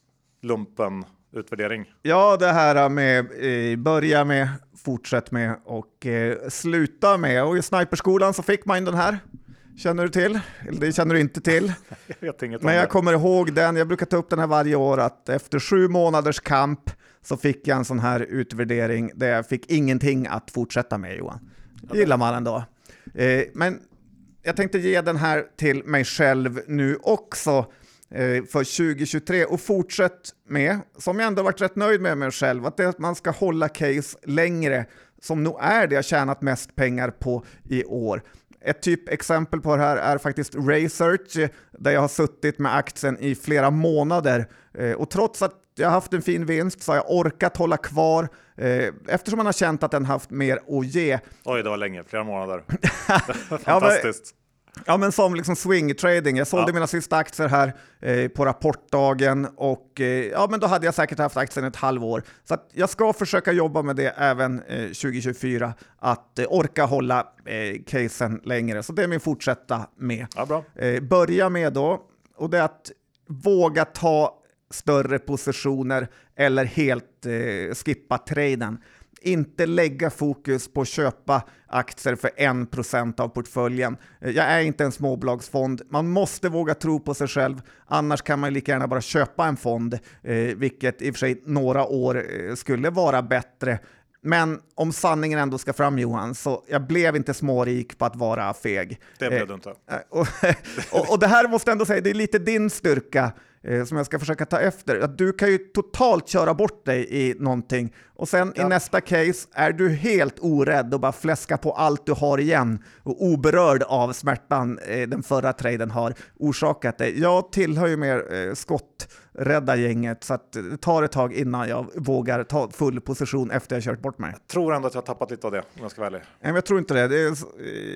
lumpen utvärdering. Ja, det här med eh, börja med, fortsätt med och eh, sluta med. Och i Sniperskolan så fick man den här. Känner du till? Eller det känner du inte till. Jag vet inget Men om jag det. kommer ihåg den. Jag brukar ta upp den här varje år, att efter sju månaders kamp så fick jag en sån här utvärdering där jag fick ingenting att fortsätta med, Johan. Det gillar man ändå. Eh, men jag tänkte ge den här till mig själv nu också för tjugohundratjugotre och fortsätt med, som jag ändå varit rätt nöjd med mig själv, att det är att man ska hålla case längre, som nog är det jag tjänat mest pengar på i år. Ett typ exempel på det här är faktiskt Research, där jag har suttit med aktien i flera månader och trots att jag har haft en fin vinst så har jag orkat hålla kvar eftersom man har känt att den haft mer att ge. Oj, det var länge, flera månader. Fantastiskt. Ja, men, Ja, men som liksom swing trading. Jag sålde ja. mina sista aktier här eh, på rapportdagen och eh, ja, men då hade jag säkert haft aktien ett halvår. Så att jag ska försöka jobba med det även eh, tjugohundratjugofyra, att eh, orka hålla eh, casen längre. Så det är min fortsätta med. Ja, bra. Eh, börja med då, och det är att våga ta större positioner eller helt eh, skippa traden. Inte lägga fokus på att köpa aktier för en procent av portföljen. Jag är inte en småbolagsfond. Man måste våga tro på sig själv. Annars kan man lika gärna bara köpa en fond, eh, vilket i och för sig några år eh, skulle vara bättre. Men om sanningen ändå ska fram, Johan, så jag blev inte smårik på att vara feg. Det blev du inte. Eh, och, och, och det här måste jag ändå säga, det är lite din styrka eh, som jag ska försöka ta efter. Att du kan ju totalt köra bort dig i någonting och sen ja. i nästa case är du helt orädd och bara fläska på allt du har igen och oberörd av smärtan eh, den förra traden har orsakat dig. Jag tillhör ju mer eh, skotträdda gänget, så att det tar ett tag innan jag vågar ta full position efter jag kört bort mig. Jag tror ändå att jag har tappat lite av det, om jag ska vara ärlig. Men jag tror inte det. det är, eh...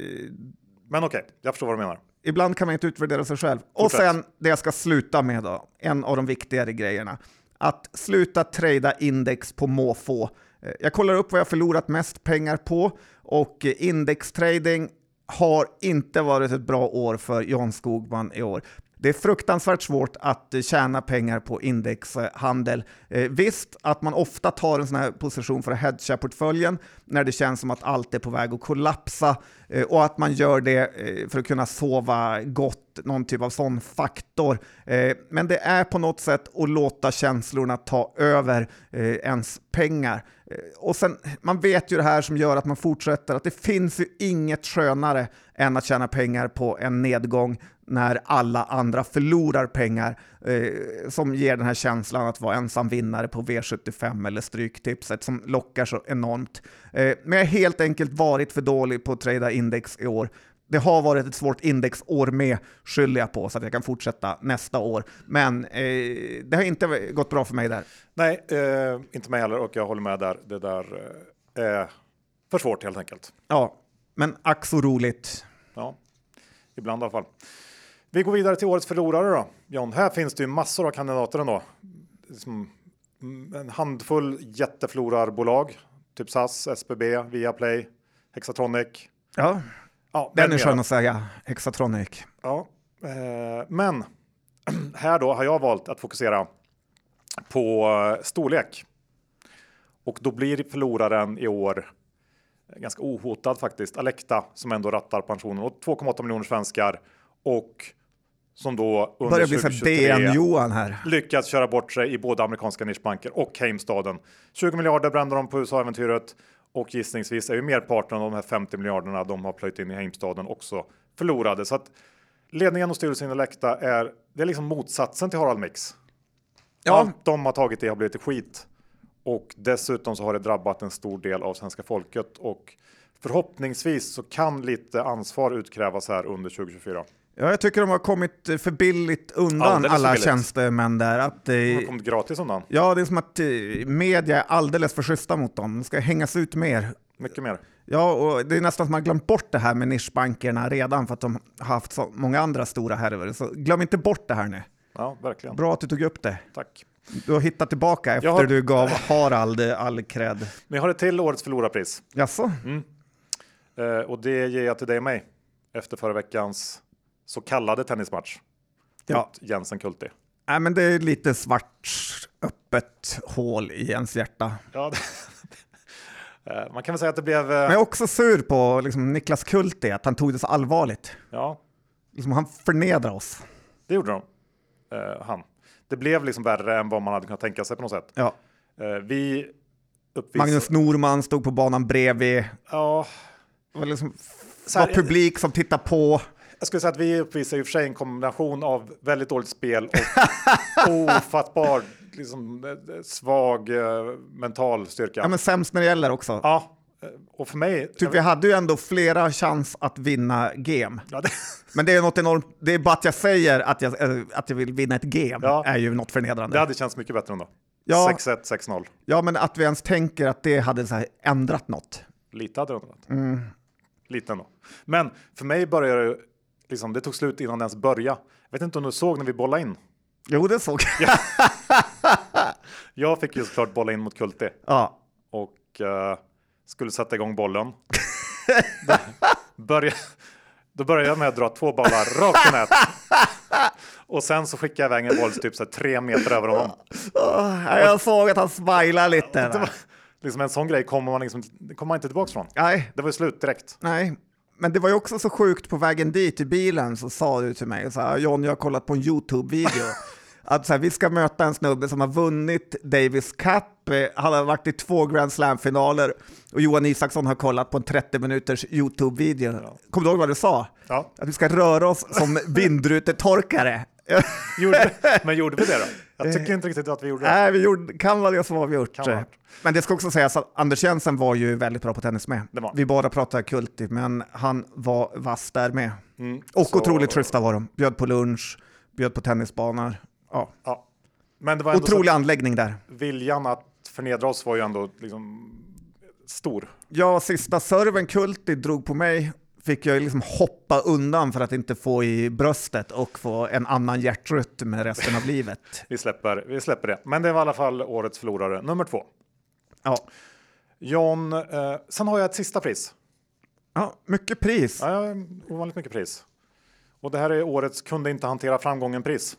Men okej, okay, jag förstår vad du menar. Ibland kan man inte utvärdera sig själv. Fortsätt. Och sen det jag ska sluta med då, en av de viktigare grejerna. Att sluta trada index på måfå. Jag kollar upp vad jag förlorat mest pengar på och indextrading har inte varit ett bra år för John Skogman i år. Det är fruktansvärt svårt att tjäna pengar på indexhandel. Eh, visst att man ofta tar en sån här position för att hedga portföljen när det känns som att allt är på väg att kollapsa eh, och att man gör det eh, för att kunna sova gott, någon typ av sån faktor. Eh, men det är på något sätt att låta känslorna ta över eh, ens pengar. Eh, och sen, man vet ju det här som gör att man fortsätter, att det finns ju inget skönare än att tjäna pengar på en nedgång när alla andra förlorar pengar, eh, som ger den här känslan att vara ensam vinnare på V sjuttiofem eller Stryktipset som lockar så enormt. Eh, men jag har helt enkelt varit för dålig på att trada index i år. Det har varit ett svårt indexår med, skyller jag på, så att jag kan fortsätta nästa år. Men eh, det har inte gått bra för mig där. Nej, eh, inte mig heller, och jag håller med där. Det där eh, är för svårt helt enkelt. Ja, men ack så roligt. Ja, ibland i alla fall. Vi går vidare till årets förlorare då. John, här finns det ju massor av kandidater ändå. Som en handfull jätteförlorarbolag. Typ S A S, S B B, Viaplay, Hexatronic. Ja, ja den är skön att säga. Hexatronic. Ja, eh, men här då har jag valt att fokusera på storlek. Och då blir förloraren i år ganska ohotad faktiskt. Alecta som ändå rattar pensionen. Och två komma åtta miljoner svenskar. Och som då under tjugohundratjugotre Johan här. lyckats köra bort sig i både amerikanska nischbanker och Heimstaden. tjugo miljarder brände de på U S A-äventyret. Och gissningsvis är ju merparten av de här femtio miljarderna de har plöjt in i Heimstaden också förlorade. Så att ledningen och styrelsen i Alecta är, det är liksom motsatsen till Harald Mix. Ja. Allt de har tagit det har blivit skit. Och dessutom så har det drabbat en stor del av svenska folket. Och förhoppningsvis så kan lite ansvar utkrävas här under tjugohundratjugofyra. Ja, jag tycker de har kommit för billigt undan Alldeles alla billigt. tjänstemän där. Att, eh, De har kommit gratis undan. ja, det är som att eh, media är alldeles för schyssta mot dem. De ska hängas ut mer. Mycket mer. Ja, och det är nästan som att man glömt bort det här med nischbankerna redan för att de har haft så många andra stora härvor. Så glöm inte bort det här nu. Ja, verkligen. Bra att du tog upp det. Tack. Du har hittat tillbaka efter har- du gav Harald all cred. Men jag har ett till årets förlorarpris. Jaså? Eh, och det ger jag till dig och mig. Efter förra veckans så kallade tennismatch. Ja. Mot Jensen Kulti. Nej, men det är lite svart öppet hål i ens hjärta. Ja, det, eh, man kan väl säga att det blev... Men jag är också sur på liksom, Niklas Kulti, att han tog det så allvarligt. Ja, Liksom, han förnedrar oss. det gjorde de. Eh, han. Det blev liksom värre än vad man hade kunnat tänka sig på något sätt. Ja. Eh, vi uppvisar... Magnus Norman stod på banan bredvid. Ja, Det var, liksom, Så här- var publik som tittade på. jag skulle säga att vi uppvisar i och för sig en kombination av väldigt dåligt spel och ofattbar, liksom, eh, svag eh, mental styrka. Ja, men sämst när det gäller också. Ja, eh, och för mig... Typ, vi hade ju ändå flera chans att vinna game. Ja, det, Men det är något enormt. Det är bara att jag säger att jag, äh, att jag vill vinna ett game Ja. är ju något förnedrande. det hade känts mycket bättre ändå. Ja. sex ett, sex noll. Ja, men att vi ens tänker att det hade så här ändrat något. Lite hade det ändrat. Lite ändå. Men för mig började det, liksom, det tog slut innan det ens började. Jag vet inte om du såg när vi bollade in. Jo, det såg jag. Jag fick ju såklart bolla in mot Kulti Ja. och eh, skulle sätta igång bollen. då, började, då började jag med att dra två bollar rakt i nät. Och sen så skickade jag iväg en boll typ så här tre meter över honom. Åh, jag såg att han smilade lite. Det Där. var, liksom en sån grej kommer man, liksom, det kommer man inte tillbaka från. Nej, Det var ju slut direkt. nej. Men det var ju också så sjukt på vägen dit i bilen så sa du till mig så här, John, jag har kollat på en YouTube-video. Att så här, vi ska möta en snubbe som har vunnit Davis Cup, eh, han har varit i två Grand Slam-finaler och Johan Isaksson har kollat på en trettio minuters YouTube-video. Ja. Kommer du ihåg vad du sa? Ja. Att vi ska röra oss som vindrutetorkare. Gjorde, men gjorde vi det då? Jag tycker inte riktigt att vi gjorde det. Nej, vi gjorde, kan vara det som har vi gjort. Kan vara. Men det ska också sägas att Anders Jensen var ju väldigt bra på tennis med. Det var. Vi bara pratar Kulti, men han var vass där med. Mm, Och så- otroligt schyssta var de. Bjöd på lunch, bjöd på tennisbanor. Ja. Ja. Men det var ändå Otrolig så anläggning där. att viljan att förnedra oss var ju ändå liksom stor. Ja, sista serven Kulti drog på mig fick jag liksom hoppa undan för att inte få i bröstet och få en annan hjärtrytm med resten av livet. Vi släpper, vi släpper det. Men det var i alla fall årets förlorare nummer två. Ja, John, eh, sen har jag ett sista pris. ja mycket pris. Ja, jag har ovanligt mycket pris. Och det här är årets kunde inte hantera framgången-pris.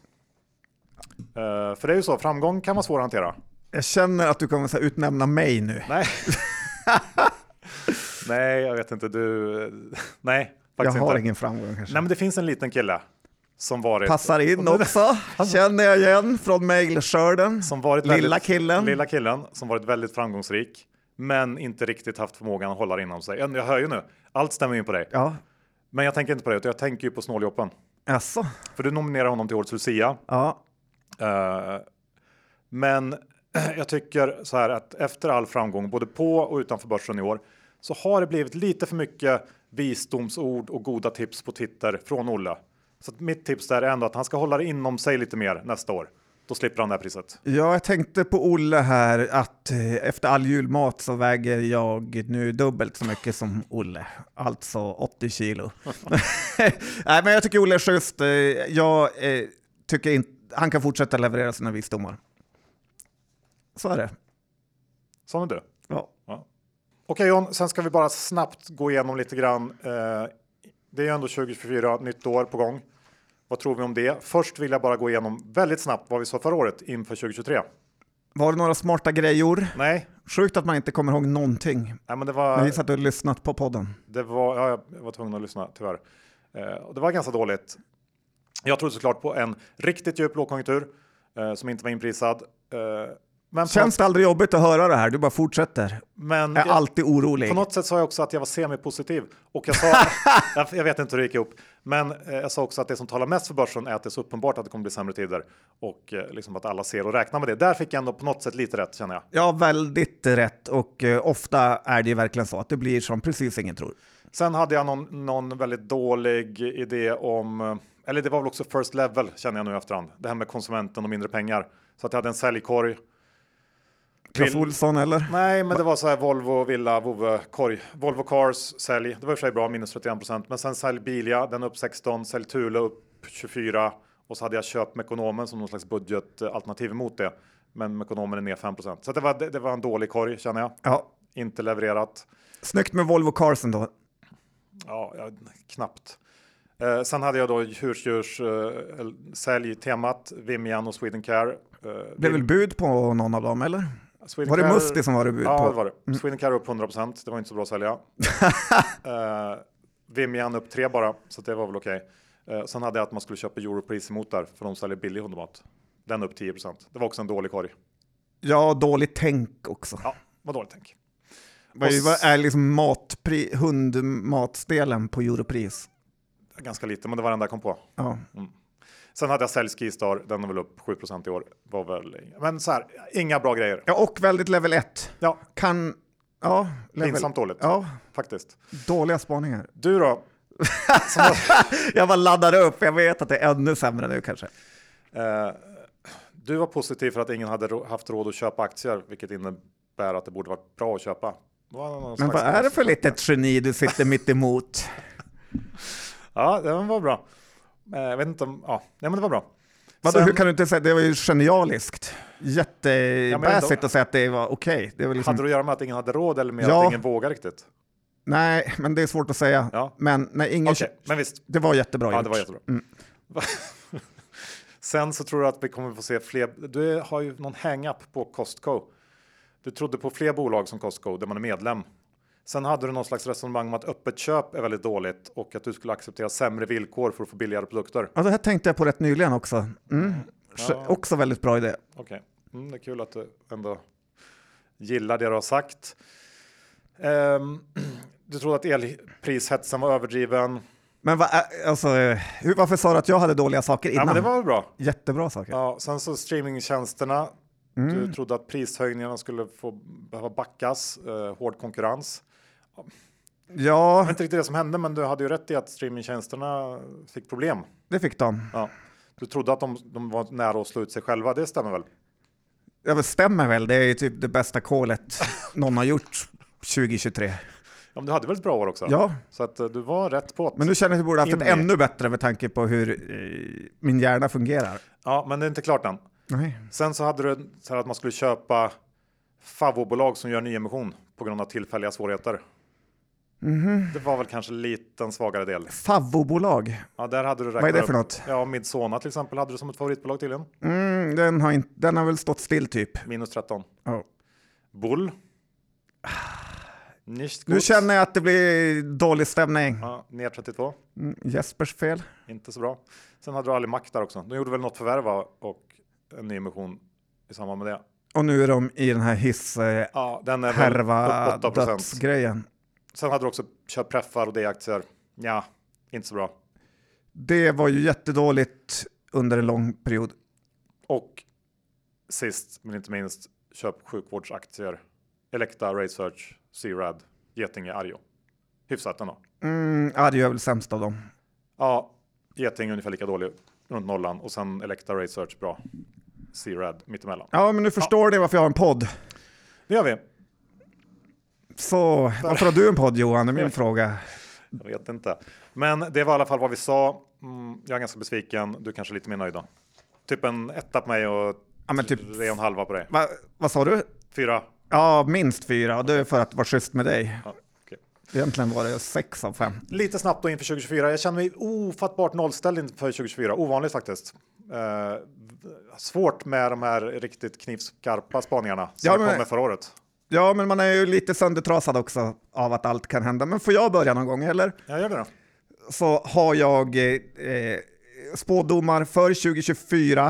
Eh, för det är ju så, framgång kan vara svår att hantera. Jag känner att du kommer att utnämna mig nu. Nej. Nej, jag vet inte. Du... Nej, Jag faktiskt har inte. ingen framgång kanske. Nej, men det finns en liten kille som varit... Passar in också, känner jag igen från mailskörden. Som varit Lilla väldigt, killen. Lilla killen som varit väldigt framgångsrik. Men inte riktigt haft förmågan att hålla det inom sig. Jag, jag hör ju nu, allt stämmer in på dig. Ja, Men jag tänker inte på det, utan jag tänker ju på Snåljoppen. alltså. För du nominerar honom till årets Lucia. Ja, Uh, men jag tycker så här att efter all framgång, både på och utanför börsen i år, så har det blivit lite för mycket visdomsord och goda tips på Twitter från Olle. Så att mitt tips där är ändå att han ska hålla det inom sig lite mer nästa år. Då slipper han det här priset. ja, jag tänkte på Olle här att eh, efter all julmat så väger jag nu dubbelt så mycket som Olle. Alltså åttio kilo. Nej, men jag tycker Olle är schysst. Eh, Jag eh, tycker inte han kan fortsätta leverera sina visdomar. Så är det. Sån är du. Ja. Ja. Okej John, sen ska vi bara snabbt gå igenom lite grann. Eh, det är ju ändå tjugohundratjugofyra, nytt år på gång. Vad tror vi om det? Först vill jag bara gå igenom väldigt snabbt vad vi sa förra året inför tjugohundratjugotre. Var det några smarta grejor? Nej, Sjukt att man inte kommer ihåg någonting. nej men det Men var, vi satt och lyssnat på podden. det var, ja, jag var tvungen att lyssna tyvärr. Eh, och det var ganska dåligt. Jag trodde såklart på en riktigt djup lågkonjunktur eh, som inte var inprisad. Eh, Men Känns det aldrig jobbigt att höra det här? Du bara fortsätter. Men är jag, alltid orolig. På något sätt sa jag också att jag var semi-positiv. Och jag sa, jag, jag vet inte hur det gick ihop, men eh, jag sa också att det som talar mest för börsen är att det är så uppenbart att det kommer bli sämre tider. Och eh, liksom att alla ser och räknar med det. Där fick jag ändå på något sätt lite rätt, känner jag. Ja, väldigt rätt. Och eh, ofta är det ju verkligen så att det blir som precis ingen tror. Sen hade jag någon, någon väldigt dålig idé om, eller det var väl också first level känner jag nu efterhand. Det här med konsumenten och mindre pengar. Så att jag hade en säljkorg. Clas Ohlson eller? Nej, men det var så här Volvo, Villa, Vove, korg. Volvo Cars, sälj. Det var i och för sig bra, minus trettioen procent. Men sen sälj Bilia, den upp sexton. Sälj Thule upp tjugofyra. Och så hade jag köpt Mekonomen som någon slags budgetalternativ emot det. Men Mekonomen är ner fem procent. Så det var, det, det var en dålig korg känner jag. Ja. Inte levererat. Snyggt med Volvo Cars ändå. Ja, ja knappt. Eh, sen hade jag då husdjurs eh, säljtemat, Vimian och Swedencare. Eh, det är väl bud på någon av dem eller? Swedencare, var det Musti som var det bud ja, på? Ja, det var det. Mm. Swedencare upp hundra procent, det var inte så bra att sälja. eh, Vimian upp tre bara, så det var väl okej. Okay. Eh, sen hade jag att man skulle köpa Europris emot där, för de säljer billig hundmat. Den upp tio procent. Det var också en dålig korg. Ja, dåligt tänk också. Ja, vad dåligt tänk. Vad är liksom matpri- hundmatsdelen på Europris? Ganska lite, men det var den där jag kom på. Ja. Mm. Sen hade jag Sälj Skistar, den var väl upp sju procent i år. Var väl, men så här, inga bra grejer. Ja, och väldigt level ett. Ja. Kan, ja. Level, pinsamt dåligt. Ja. Faktiskt. Dåliga spaningar. Du då? var... jag bara laddade upp, jag vet att det är ännu sämre nu kanske. Uh, du var positiv för att ingen hade haft råd att köpa aktier, vilket innebär att det borde varit bra att köpa. Men vad är det för litet geni du sitter mitt emot? Ja, det var bra. Jag vet inte om, ja, nej men det var bra. Vadå, Sen, hur kan du inte säga, det var ju genialiskt. Jättebäsigt ja, att säga att det var okej. Okay. Liksom... Hade det att göra med att ingen hade råd eller med ja. att ingen vågar riktigt? Nej, men det är svårt att säga. Ja. Men när ingen okay, men visst. Det var jättebra ja, gjort. Det var jättebra. Mm. Sen så tror du att vi kommer få se fler, du har ju någon hang-up på Costco. Du trodde på fler bolag som Costco där man är medlem. Sen hade du någon slags resonemang om att öppet köp är väldigt dåligt och att du skulle acceptera sämre villkor för att få billigare produkter. Ja, det här tänkte jag på rätt nyligen också. Mm. Ja. Också väldigt bra idé. Okej, okay. mm, det är kul att du ändå gillar det du har sagt. Um, du trodde att elprishetsen var överdriven. Men va, alltså, hur, varför sa du att jag hade dåliga saker innan? Ja, men det var väl bra. Jättebra saker. Ja, sen så streamingtjänsterna. Mm. Du trodde att prishöjningarna skulle få behöva backas. Eh, hård konkurrens. Ja. Det var inte riktigt det som hände, men du hade ju rätt i att streamingtjänsterna fick problem. Det fick de. Ja. Du trodde att de, de var nära att slå ut sig själva. Det stämmer väl? Ja, det stämmer väl. Det är ju typ det bästa callet någon har gjort tjugo tjugotre. Ja, men du hade väl ett bra år också? Ja. Så att du var rätt på. Men nu känner jag att du borde haft ett ännu bättre med tanke på hur eh, min hjärna fungerar. Ja, men det är inte klart än. Nej. Sen så hade du så här att man skulle köpa favobolag som gör nyemission på grund av tillfälliga svårigheter. Mm-hmm. Det var väl kanske lite en svagare del. Favvobolag? Ja, där hade du räknat. Vad är det för upp. något? Ja, Midsona till exempel hade du som ett favoritbolag tydligen. Mm, den, har inte, den har väl stått still typ. Minus tretton. Oh. Bull. Nu känner jag att det blir dålig stämning. Ja, ner trettiotvå. Mm, Jespers fel. Inte så bra. Sen hade du Alimak där också. De gjorde väl något förvärva och en ny emission i samband med det. Och nu är de i den här hiss eh, ja, den är härva dödsgrejen. Sen hade du också köpt preffar och D-aktier. Ja, inte så bra. Det var ju jättedåligt under en lång period. Och sist men inte minst köp sjukvårdsaktier. Elekta, Research, C-Rad, Getinge, Arjo. Hyfsat ändå. Mm, Arjo är väl sämst av dem. Ja, Getinge ungefär lika dålig runt nollan. Och sen Elekta, Research bra. C-Rad mittemellan. Ja, men nu förstår ja. ni varför jag har en podd. Det gör vi. Så varför har du en podd, Johan? Det är min jag, fråga. Jag vet inte. Men det var i alla fall vad vi sa. Mm, jag är ganska besviken. Du är kanske lite mer nöjd då. Typ en etta på mig och ja, men typ, tre och en halva på dig. Va, vad sa du? Fyra. Ja, minst fyra. Och det är för att vara schysst med dig. Ja, okay. Egentligen var det sex av fem. Lite snabbt då inför tjugo tjugofyra. Jag känner mig ofattbart nollställd inför tjugo tjugofyra. Ovanligt faktiskt. Eh, svårt med de här riktigt knivskarpa spaningarna som ja, men... kom med förra året. Ja, men man är ju lite söndertrasad också av att allt kan hända. Men får jag börja någon gång, eller? Ja, gör det då. Så har jag eh, spådomar för tjugo tjugofyra.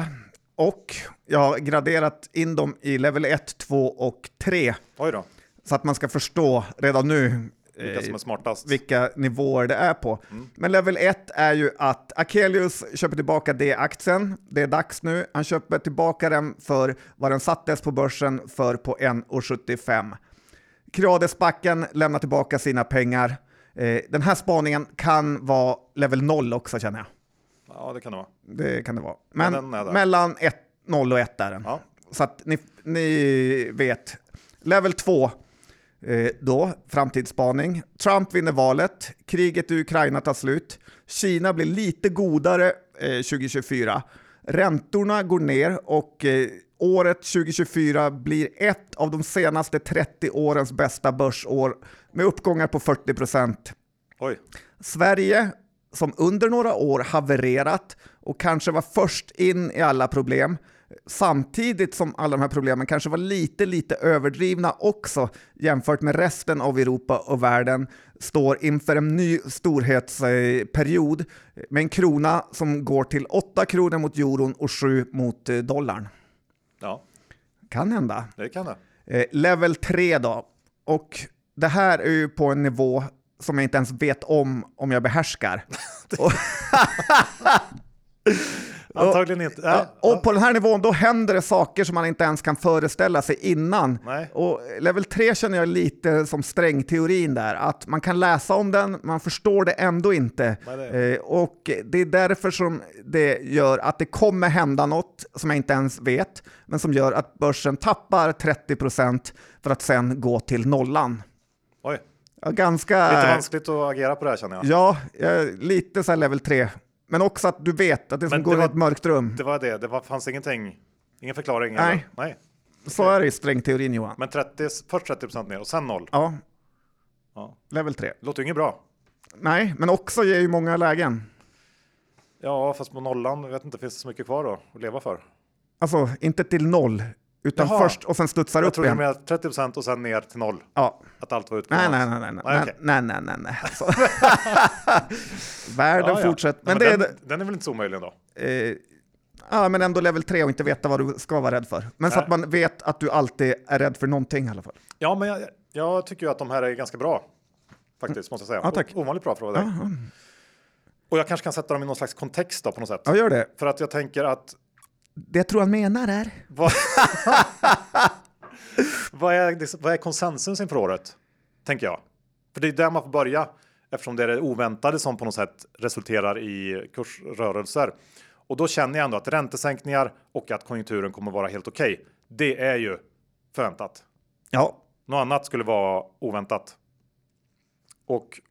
Och jag har graderat in dem i level ett, två och tre. Oj då. Så att man ska förstå redan nu Vilka som är smartast. vilka nivåer det är på. Mm. Men level ett är ju att Akelius köper tillbaka D-aktien. Det är dags nu. Han köper tillbaka den för vad den sattes på börsen för på en komma sjuttiofem. Creades-backen lämnar tillbaka sina pengar. Eh, den här spaningen kan vara level noll också, känner jag. Ja, det kan det vara. Det kan det vara. Men, Men den är där. mellan ett, noll och ett är den. Ja. Så att ni, ni vet. Level två. Eh, då, framtidsspaning. Trump vinner valet. Kriget i Ukraina tar slut. Kina blir lite godare eh, tjugo tjugofyra. Räntorna går ner och eh, året tjugo tjugofyra blir ett av de senaste trettio årens bästa börsår med uppgångar på fyrtio procent. Oj. Sverige, som under några år havererat och kanske var först in i alla problem, samtidigt som alla de här problemen kanske var lite, lite överdrivna också jämfört med resten av Europa och världen, står inför en ny storhetsperiod med en krona som går till åtta kronor mot euron och sju mot dollarn. Ja, Kan hända. det kan det. Eh, level tre då. Och det här är ju på en nivå som jag inte ens vet om om jag behärskar. och, Antagligen inte. ja, Ja, och på den här nivån då händer det saker som man inte ens kan föreställa sig innan. Nej. Och level tre känner jag lite som strängteorin där. Att man kan läsa om den, man förstår det ändå inte. Nej, det Eh, och det är därför som det gör att det kommer hända något som jag inte ens vet. Men som gör att börsen tappar trettio procent för att sen gå till nollan. Oj. Ja, ganska... Lite vanskligt att agera på det här, känner jag. Ja, jag, lite så här level tre. Men också att du vet att det som Men går det var- i ett mörkt rum. Det var det. Det var, fanns ingenting. Ingen förklaring. Nej. Eller? Nej. Så är det i strängteorin, Johan. Men trettio, först trettio procent ner och sen noll. Ja, Ja. level tre. Det låter ju inget bra. Nej, men också ger ju många lägen. Ja, fast på nollan, jag vet inte, finns det så mycket kvar då att leva för? Alltså, inte till noll, utan Jaha. först och sen studsar Jag upp tror det igen. med trettio procent och sen ner till noll. Ja. Att allt var utgånget. Nej, nej, nej, nej, Nej, nej, okej. nej, nej, nej, nej. Alltså. Världen Ja, ja. fortsätter. Men, Men, det den, är, den är väl inte så omöjlig då? eh, ja, men ändå level tre och inte veta vad du ska vara rädd för. Men så Nej. att man vet att du alltid är rädd för någonting i alla fall. Ja, men jag, jag tycker ju att de här är ganska bra. Faktiskt, måste jag säga. Ja, tack. O- Ovanligt bra för att vara dig. Ja, Och jag kanske kan sätta dem i någon slags kontext då, på något sätt. ja, gör det. För att jag tänker att Det jag tror han menar är... vad, vad, är, vad är konsensus inför året? Tänker jag. För det är där man får börja. Eftersom det är det oväntade som på något sätt resulterar i kursrörelser. Och då känner jag ändå att räntesänkningar och att konjunkturen kommer vara helt okej. Det är ju förväntat. Ja, Något annat skulle vara oväntat. Och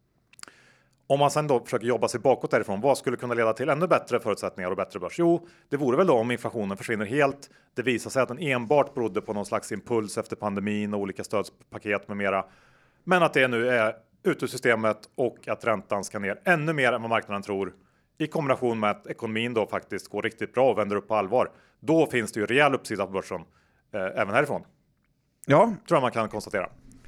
om man sen då försöker jobba sig bakåt därifrån, vad skulle kunna leda till ännu bättre förutsättningar och bättre börs? Jo, det vore väl då om inflationen försvinner helt. Det visar sig att den enbart berodde på någon slags impuls efter pandemin och olika stödspaket med mera. Men att det nu är ute ur systemet och att räntan ska ner ännu mer än vad marknaden tror. I kombination med att ekonomin då faktiskt går riktigt bra och vänder upp på allvar. Då finns det ju rejäl uppsida på börsen eh, även härifrån. ja, Tror jag man kan konstatera.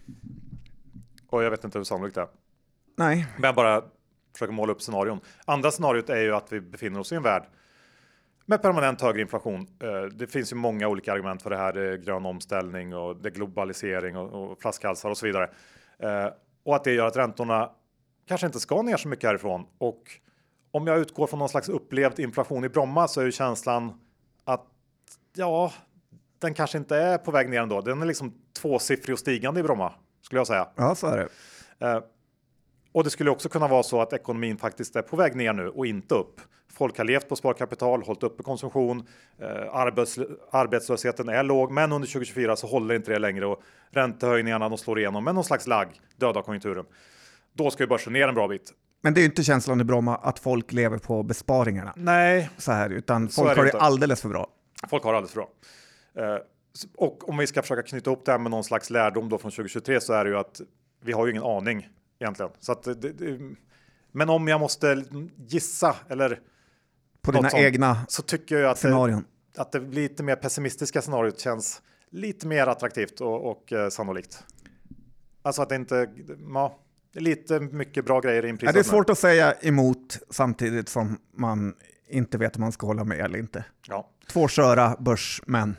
Och jag vet inte hur sannolikt det är. nej. Men jag bara försöker måla upp scenarion. Andra scenariot är ju att vi befinner oss i en värld med permanent högre inflation. Eh, Det finns ju många olika argument för det här. Det är grön omställning och det är globalisering och, och flaskhalsar och så vidare. Eh, Och att det gör att räntorna kanske inte ska ner så mycket härifrån. Och om jag utgår från någon slags upplevd inflation i Bromma så är ju känslan att ja, den kanske inte är på väg ner ändå. Den är liksom tvåsiffrig och stigande i Bromma, skulle jag säga. Ja, så är det. Eh, och det skulle också kunna vara så att ekonomin faktiskt är på väg ner nu och inte upp. Folk har levt på sparkapital, hållit uppe konsumtion, eh, arbets, arbetslösheten är låg, men under tjugo tjugofyra så håller inte det längre och räntehöjningarna de slår igenom med någon slags lagg, döda konjunkturen. Då ska ju börsen ner en bra bit. Men det är ju inte känslan i Bromma att folk lever på besparingarna. Nej, Så här, utan Så är folk det har det inte. alldeles för bra. folk har det alldeles för bra. Eh, och om vi ska försöka knyta ihop det här med någon slags lärdom då från tjugo tjugotre så är det ju att vi har ju ingen aning egentligen. Så att det, det, men om jag måste gissa eller På något dina sånt, egna så tycker jag att det, scenarion. att det lite mer pessimistiska scenariot känns lite mer attraktivt och, och eh, sannolikt. Alltså att det inte, ja, det är lite mycket bra grejer i en Ja, prisat det är nu. svårt att säga emot samtidigt som man inte vet om man ska hålla med eller inte. Ja. Två köra börsmän.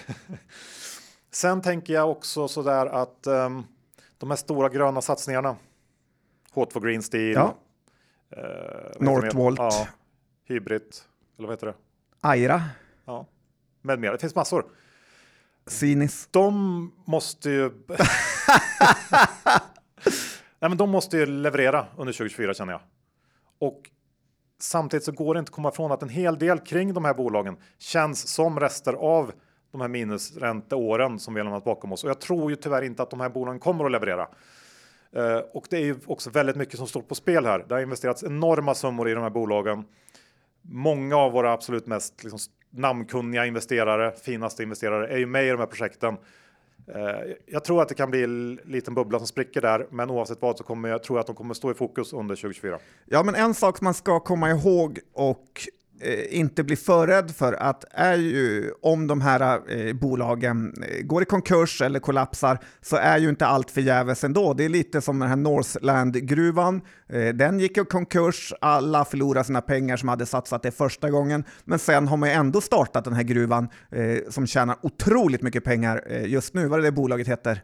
Sen tänker jag också sådär att um, de här stora gröna satsningarna, H två Green Steel, Ja. uh, Northvolt. Ja, Hybrid, eller vad heter det? Aira. Ja, med mer. Det finns massor. Sinis. De måste ju... Nej, men de måste ju leverera under tjugohundratjugofyra känner jag. Och samtidigt så går det inte att komma ifrån att en hel del kring de här bolagen känns som rester av de här minusränteåren som vi har lämnat bakom oss. Och jag tror ju tyvärr inte att de här bolagen kommer att leverera. Uh, och det är ju också väldigt mycket som står på spel här. Det har investerats enorma summor i de här bolagen. Många av våra absolut mest liksom, namnkunniga investerare, finaste investerare är ju med i de här projekten. Uh, jag tror att det kan bli en liten bubbla som spricker där, men oavsett vad så kommer jag tror att de kommer stå i fokus under tjugohundratjugofyra. Ja, men en sak man ska komma ihåg och eh, inte bli för rädd för att är ju om de här eh, bolagen eh, går i konkurs eller kollapsar så är ju inte allt förgäves ändå. Det är lite som den här Northland-gruvan. Eh, den gick i konkurs, alla förlorade sina pengar som hade satsat det första gången, men sen har man ju ändå startat den här gruvan eh, som tjänar otroligt mycket pengar eh, just nu. Vad är det bolaget heter?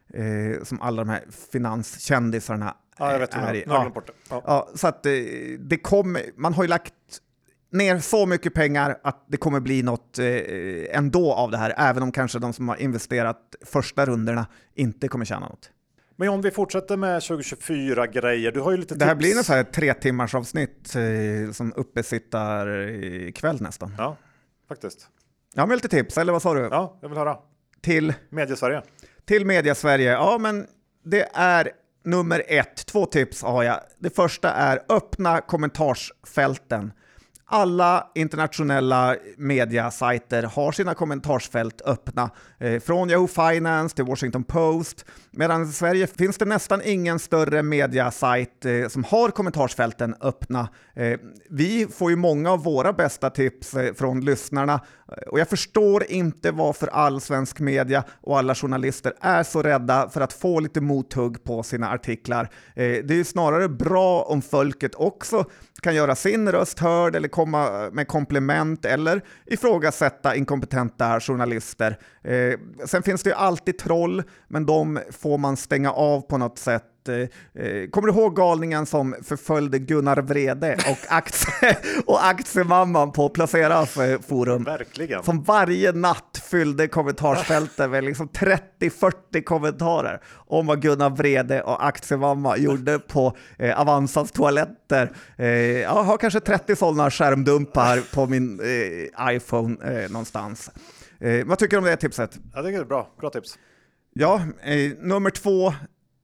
Eh, som alla de här finanskändisarna Ja, jag vet är i. Ja. Ja. Ja. Ja, så att eh, det kommer, man har ju lagt ner så mycket pengar att det kommer bli något eh, ändå av det här, även om kanske de som har investerat första runderna inte kommer tjäna något. Men om vi fortsätter med tjugohundratjugofyra grejer, du har ju lite Det här tips. blir en så här tre timmars avsnitt eh, som uppesittar i kväll nästan. Ja, faktiskt. Ja, men lite tips, eller vad sa du? Ja, jag vill höra. Till, Media-Sverige. till Media Sverige. Ja, men det är nummer ett. Två tips har jag. Det första är öppna kommentarsfälten. Alla internationella mediasajter har sina kommentarsfält öppna. Eh, från Yahoo Finance till Washington Post. Medan i Sverige finns det nästan ingen större mediasajt eh, som har kommentarsfälten öppna. Eh, vi får ju många av våra bästa tips eh, från lyssnarna. Och jag förstår inte varför all svensk media och alla journalister är så rädda för att få lite mothugg på sina artiklar. Eh, det är ju snarare bra om folket också kan göra sin röst hörd eller komma med komplement eller ifrågasätta inkompetenta journalister. Eh, sen finns det ju alltid troll, men de får man stänga av på något sätt. Eh, kommer du ihåg galningen som förföljde Gunnar Vrede och, aktie, och aktiemamman på Placeras eh, forum? Verkligen. Som varje natt fyllde kommentarsfältet med liksom trettio fyrtio kommentarer om vad Gunnar Vrede och aktiemamma gjorde på eh, Avanzas toaletter. Eh, jag har kanske trettio sådana skärmdumpar på min eh, iPhone eh, någonstans. Eh, vad tycker du om det tipset? Jag tycker det är bra. Bra tips. Ja, eh, nummer två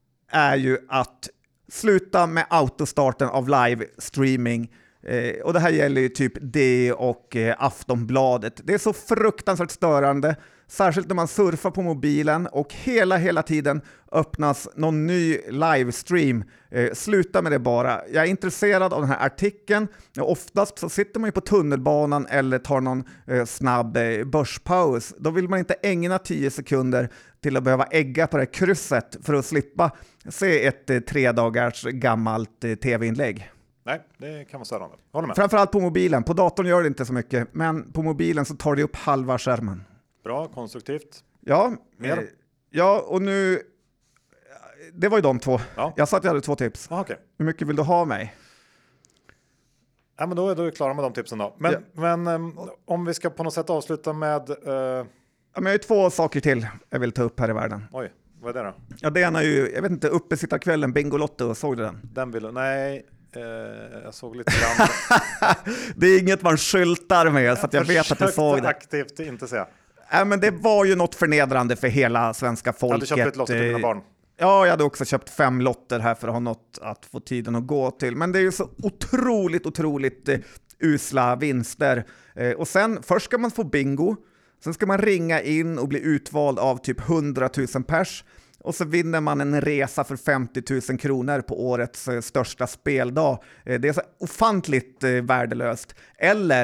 är ju att sluta med autostarten av live-streaming. Eh, och det här gäller ju typ det och eh, Aftonbladet. Det är så fruktansvärt störande, särskilt när man surfar på mobilen och hela, hela tiden öppnas någon ny livestream. Eh, sluta med det bara. Jag är intresserad av den här artikeln. Oftast så sitter man ju på tunnelbanan eller tar någon eh, snabb eh, börspaus. Då vill man inte ägna tio sekunder till att behöva ägga på det här krysset för att slippa se ett eh, tre dagars gammalt eh, tv-inlägg. Nej, det kan vara störande. Håller med. Framförallt på mobilen. På datorn gör det inte så mycket, men på mobilen så tar det upp halva skärmen. Bra, konstruktivt. Ja, Mer? eh, ja, och nu... Det var ju de två. Ja. Jag sa att jag hade två tips. Ah, okay. Hur mycket vill du ha av mig? Ja, men då är du klara med de tipsen då. Men, Ja. men um, om vi ska på något sätt avsluta med... Uh... Ja, men jag har ju två saker till jag vill ta upp här i världen. Oj, vad är det då? Ja, det ena är ju, jag vet inte, uppesittarkvällen, Bingolotto, såg du den? Den vill Nej, uh, jag såg lite grann. Det är inget man skyltar med, så att jag vet att du såg det. Aktivt inte säga. Ja, men det var ju något förnedrande för hela svenska folket. Jag hade köpt ett lotter till mina barn. Ja, jag hade också köpt fem lotter här för att ha något att få tiden att gå till. Men det är ju så otroligt, otroligt eh, usla vinster. Eh, och sen, först ska man få bingo. Sen ska man ringa in och bli utvald av typ hundratusen pers. Och så vinner man en resa för femtio tusen kronor på årets eh, största speldag. Eh, det är så ofantligt eh, värdelöst. Eller...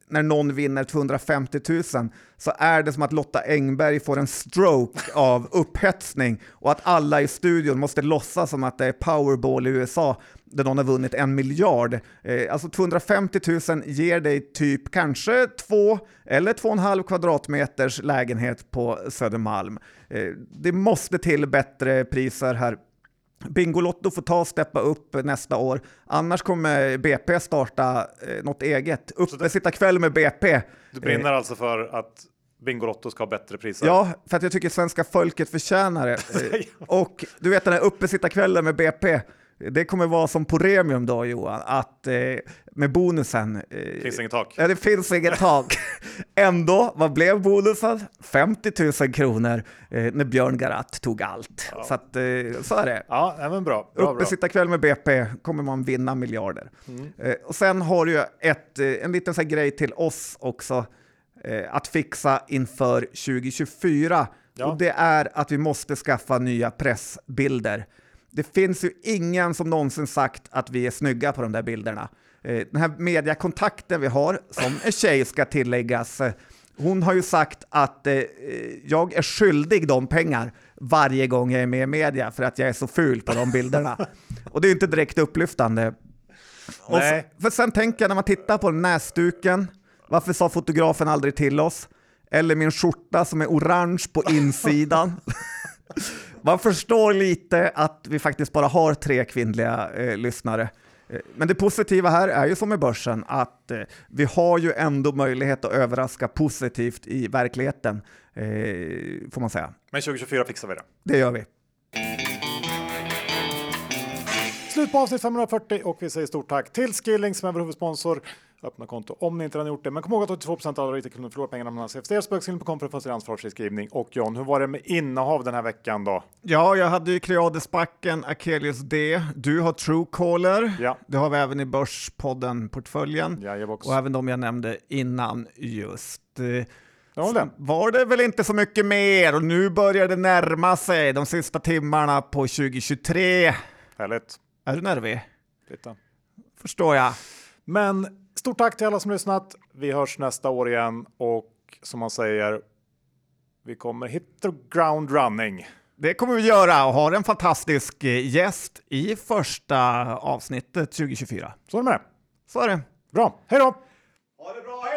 när någon vinner tvåhundrafemtio tusen så är det som att Lotta Engberg får en stroke av upphetsning och att alla i studion måste låtsas som att det är Powerball i U S A där någon har vunnit en miljard. Eh, alltså tvåhundrafemtio tusen ger dig typ kanske två eller två och en halv kvadratmeters lägenhet på Södermalm. Eh, det måste till bättre priser här. Bingolotto får ta och steppa upp nästa år. Annars kommer B P starta eh, något eget. Uppe sitta kväll med B P. Du brinner eh, alltså för att Bingolotto ska ha bättre priser? Ja, för att jag tycker svenska folket förtjänar det. Eh, och du vet den här uppe sitta kvällen med B P. Det kommer vara som på Premium då, Johan, att eh, med bonusen... Eh, det finns inget tak. Ja, det finns inget tak. Ändå, vad blev bonusen? femtio tusen kronor eh, när Björn Garat tog allt. Ja. Så att, eh, så är det. Ja, men bra. bra Uppe bra. sitta kväll med B P kommer man vinna miljarder. Mm. Eh, och sen har du ju ett, eh, en liten så här grej till oss också eh, att fixa inför tjugo tjugofyra. Ja. Och det är att vi måste skaffa nya pressbilder. Det finns ju ingen som någonsin sagt att vi är snygga på de där bilderna. Den här mediakontakten vi har, som är tjej ska tilläggas, hon har ju sagt att eh, jag är skyldig de pengar varje gång jag är med i media för att jag är så ful på de bilderna. Och det är inte direkt upplyftande. Och för, för sen tänker jag när man tittar på näsduken, varför sa fotografen aldrig till oss? Eller min skjorta som är orange på insidan. Man förstår lite att vi faktiskt bara har tre kvinnliga eh, lyssnare. Eh, men det positiva här är ju som i börsen att eh, vi har ju ändå möjlighet att överraska positivt i verkligheten, eh, får man säga. Men tjugo tjugofyra fixar vi det. Det gör vi. Slut på avsnitt femhundrafyrtio och vi säger stort tack till Skilling som är vår huvudsponsor. Öppna konto om ni inte redan gjort det. Men kom ihåg att åttiotvå procent av alla riktigt kunder förlorar pengarna när man C F D spökskilling på kom för att få ansvarsfriskrivning. Och John, hur var det med innehav den här veckan då? Ja, jag hade ju Creadesbacken, Akelius D. Du har Truecaller. Ja. Det har vi även i Börspodden-portföljen. Ja, jag också. Och även de jag nämnde innan just. Ja, det. Var det väl inte så mycket mer och nu börjar det närma sig de sista timmarna på tjugo tjugotre. Härligt. Är du nervig? Lite. Förstår jag. Men stort tack till alla som lyssnat. Vi hörs nästa år igen och som man säger, vi kommer hit the ground running. Det kommer vi göra och ha en fantastisk gäst i första avsnittet tjugo tjugofyra. Så är det med. Så är det. Bra. Hej då! Ha det bra.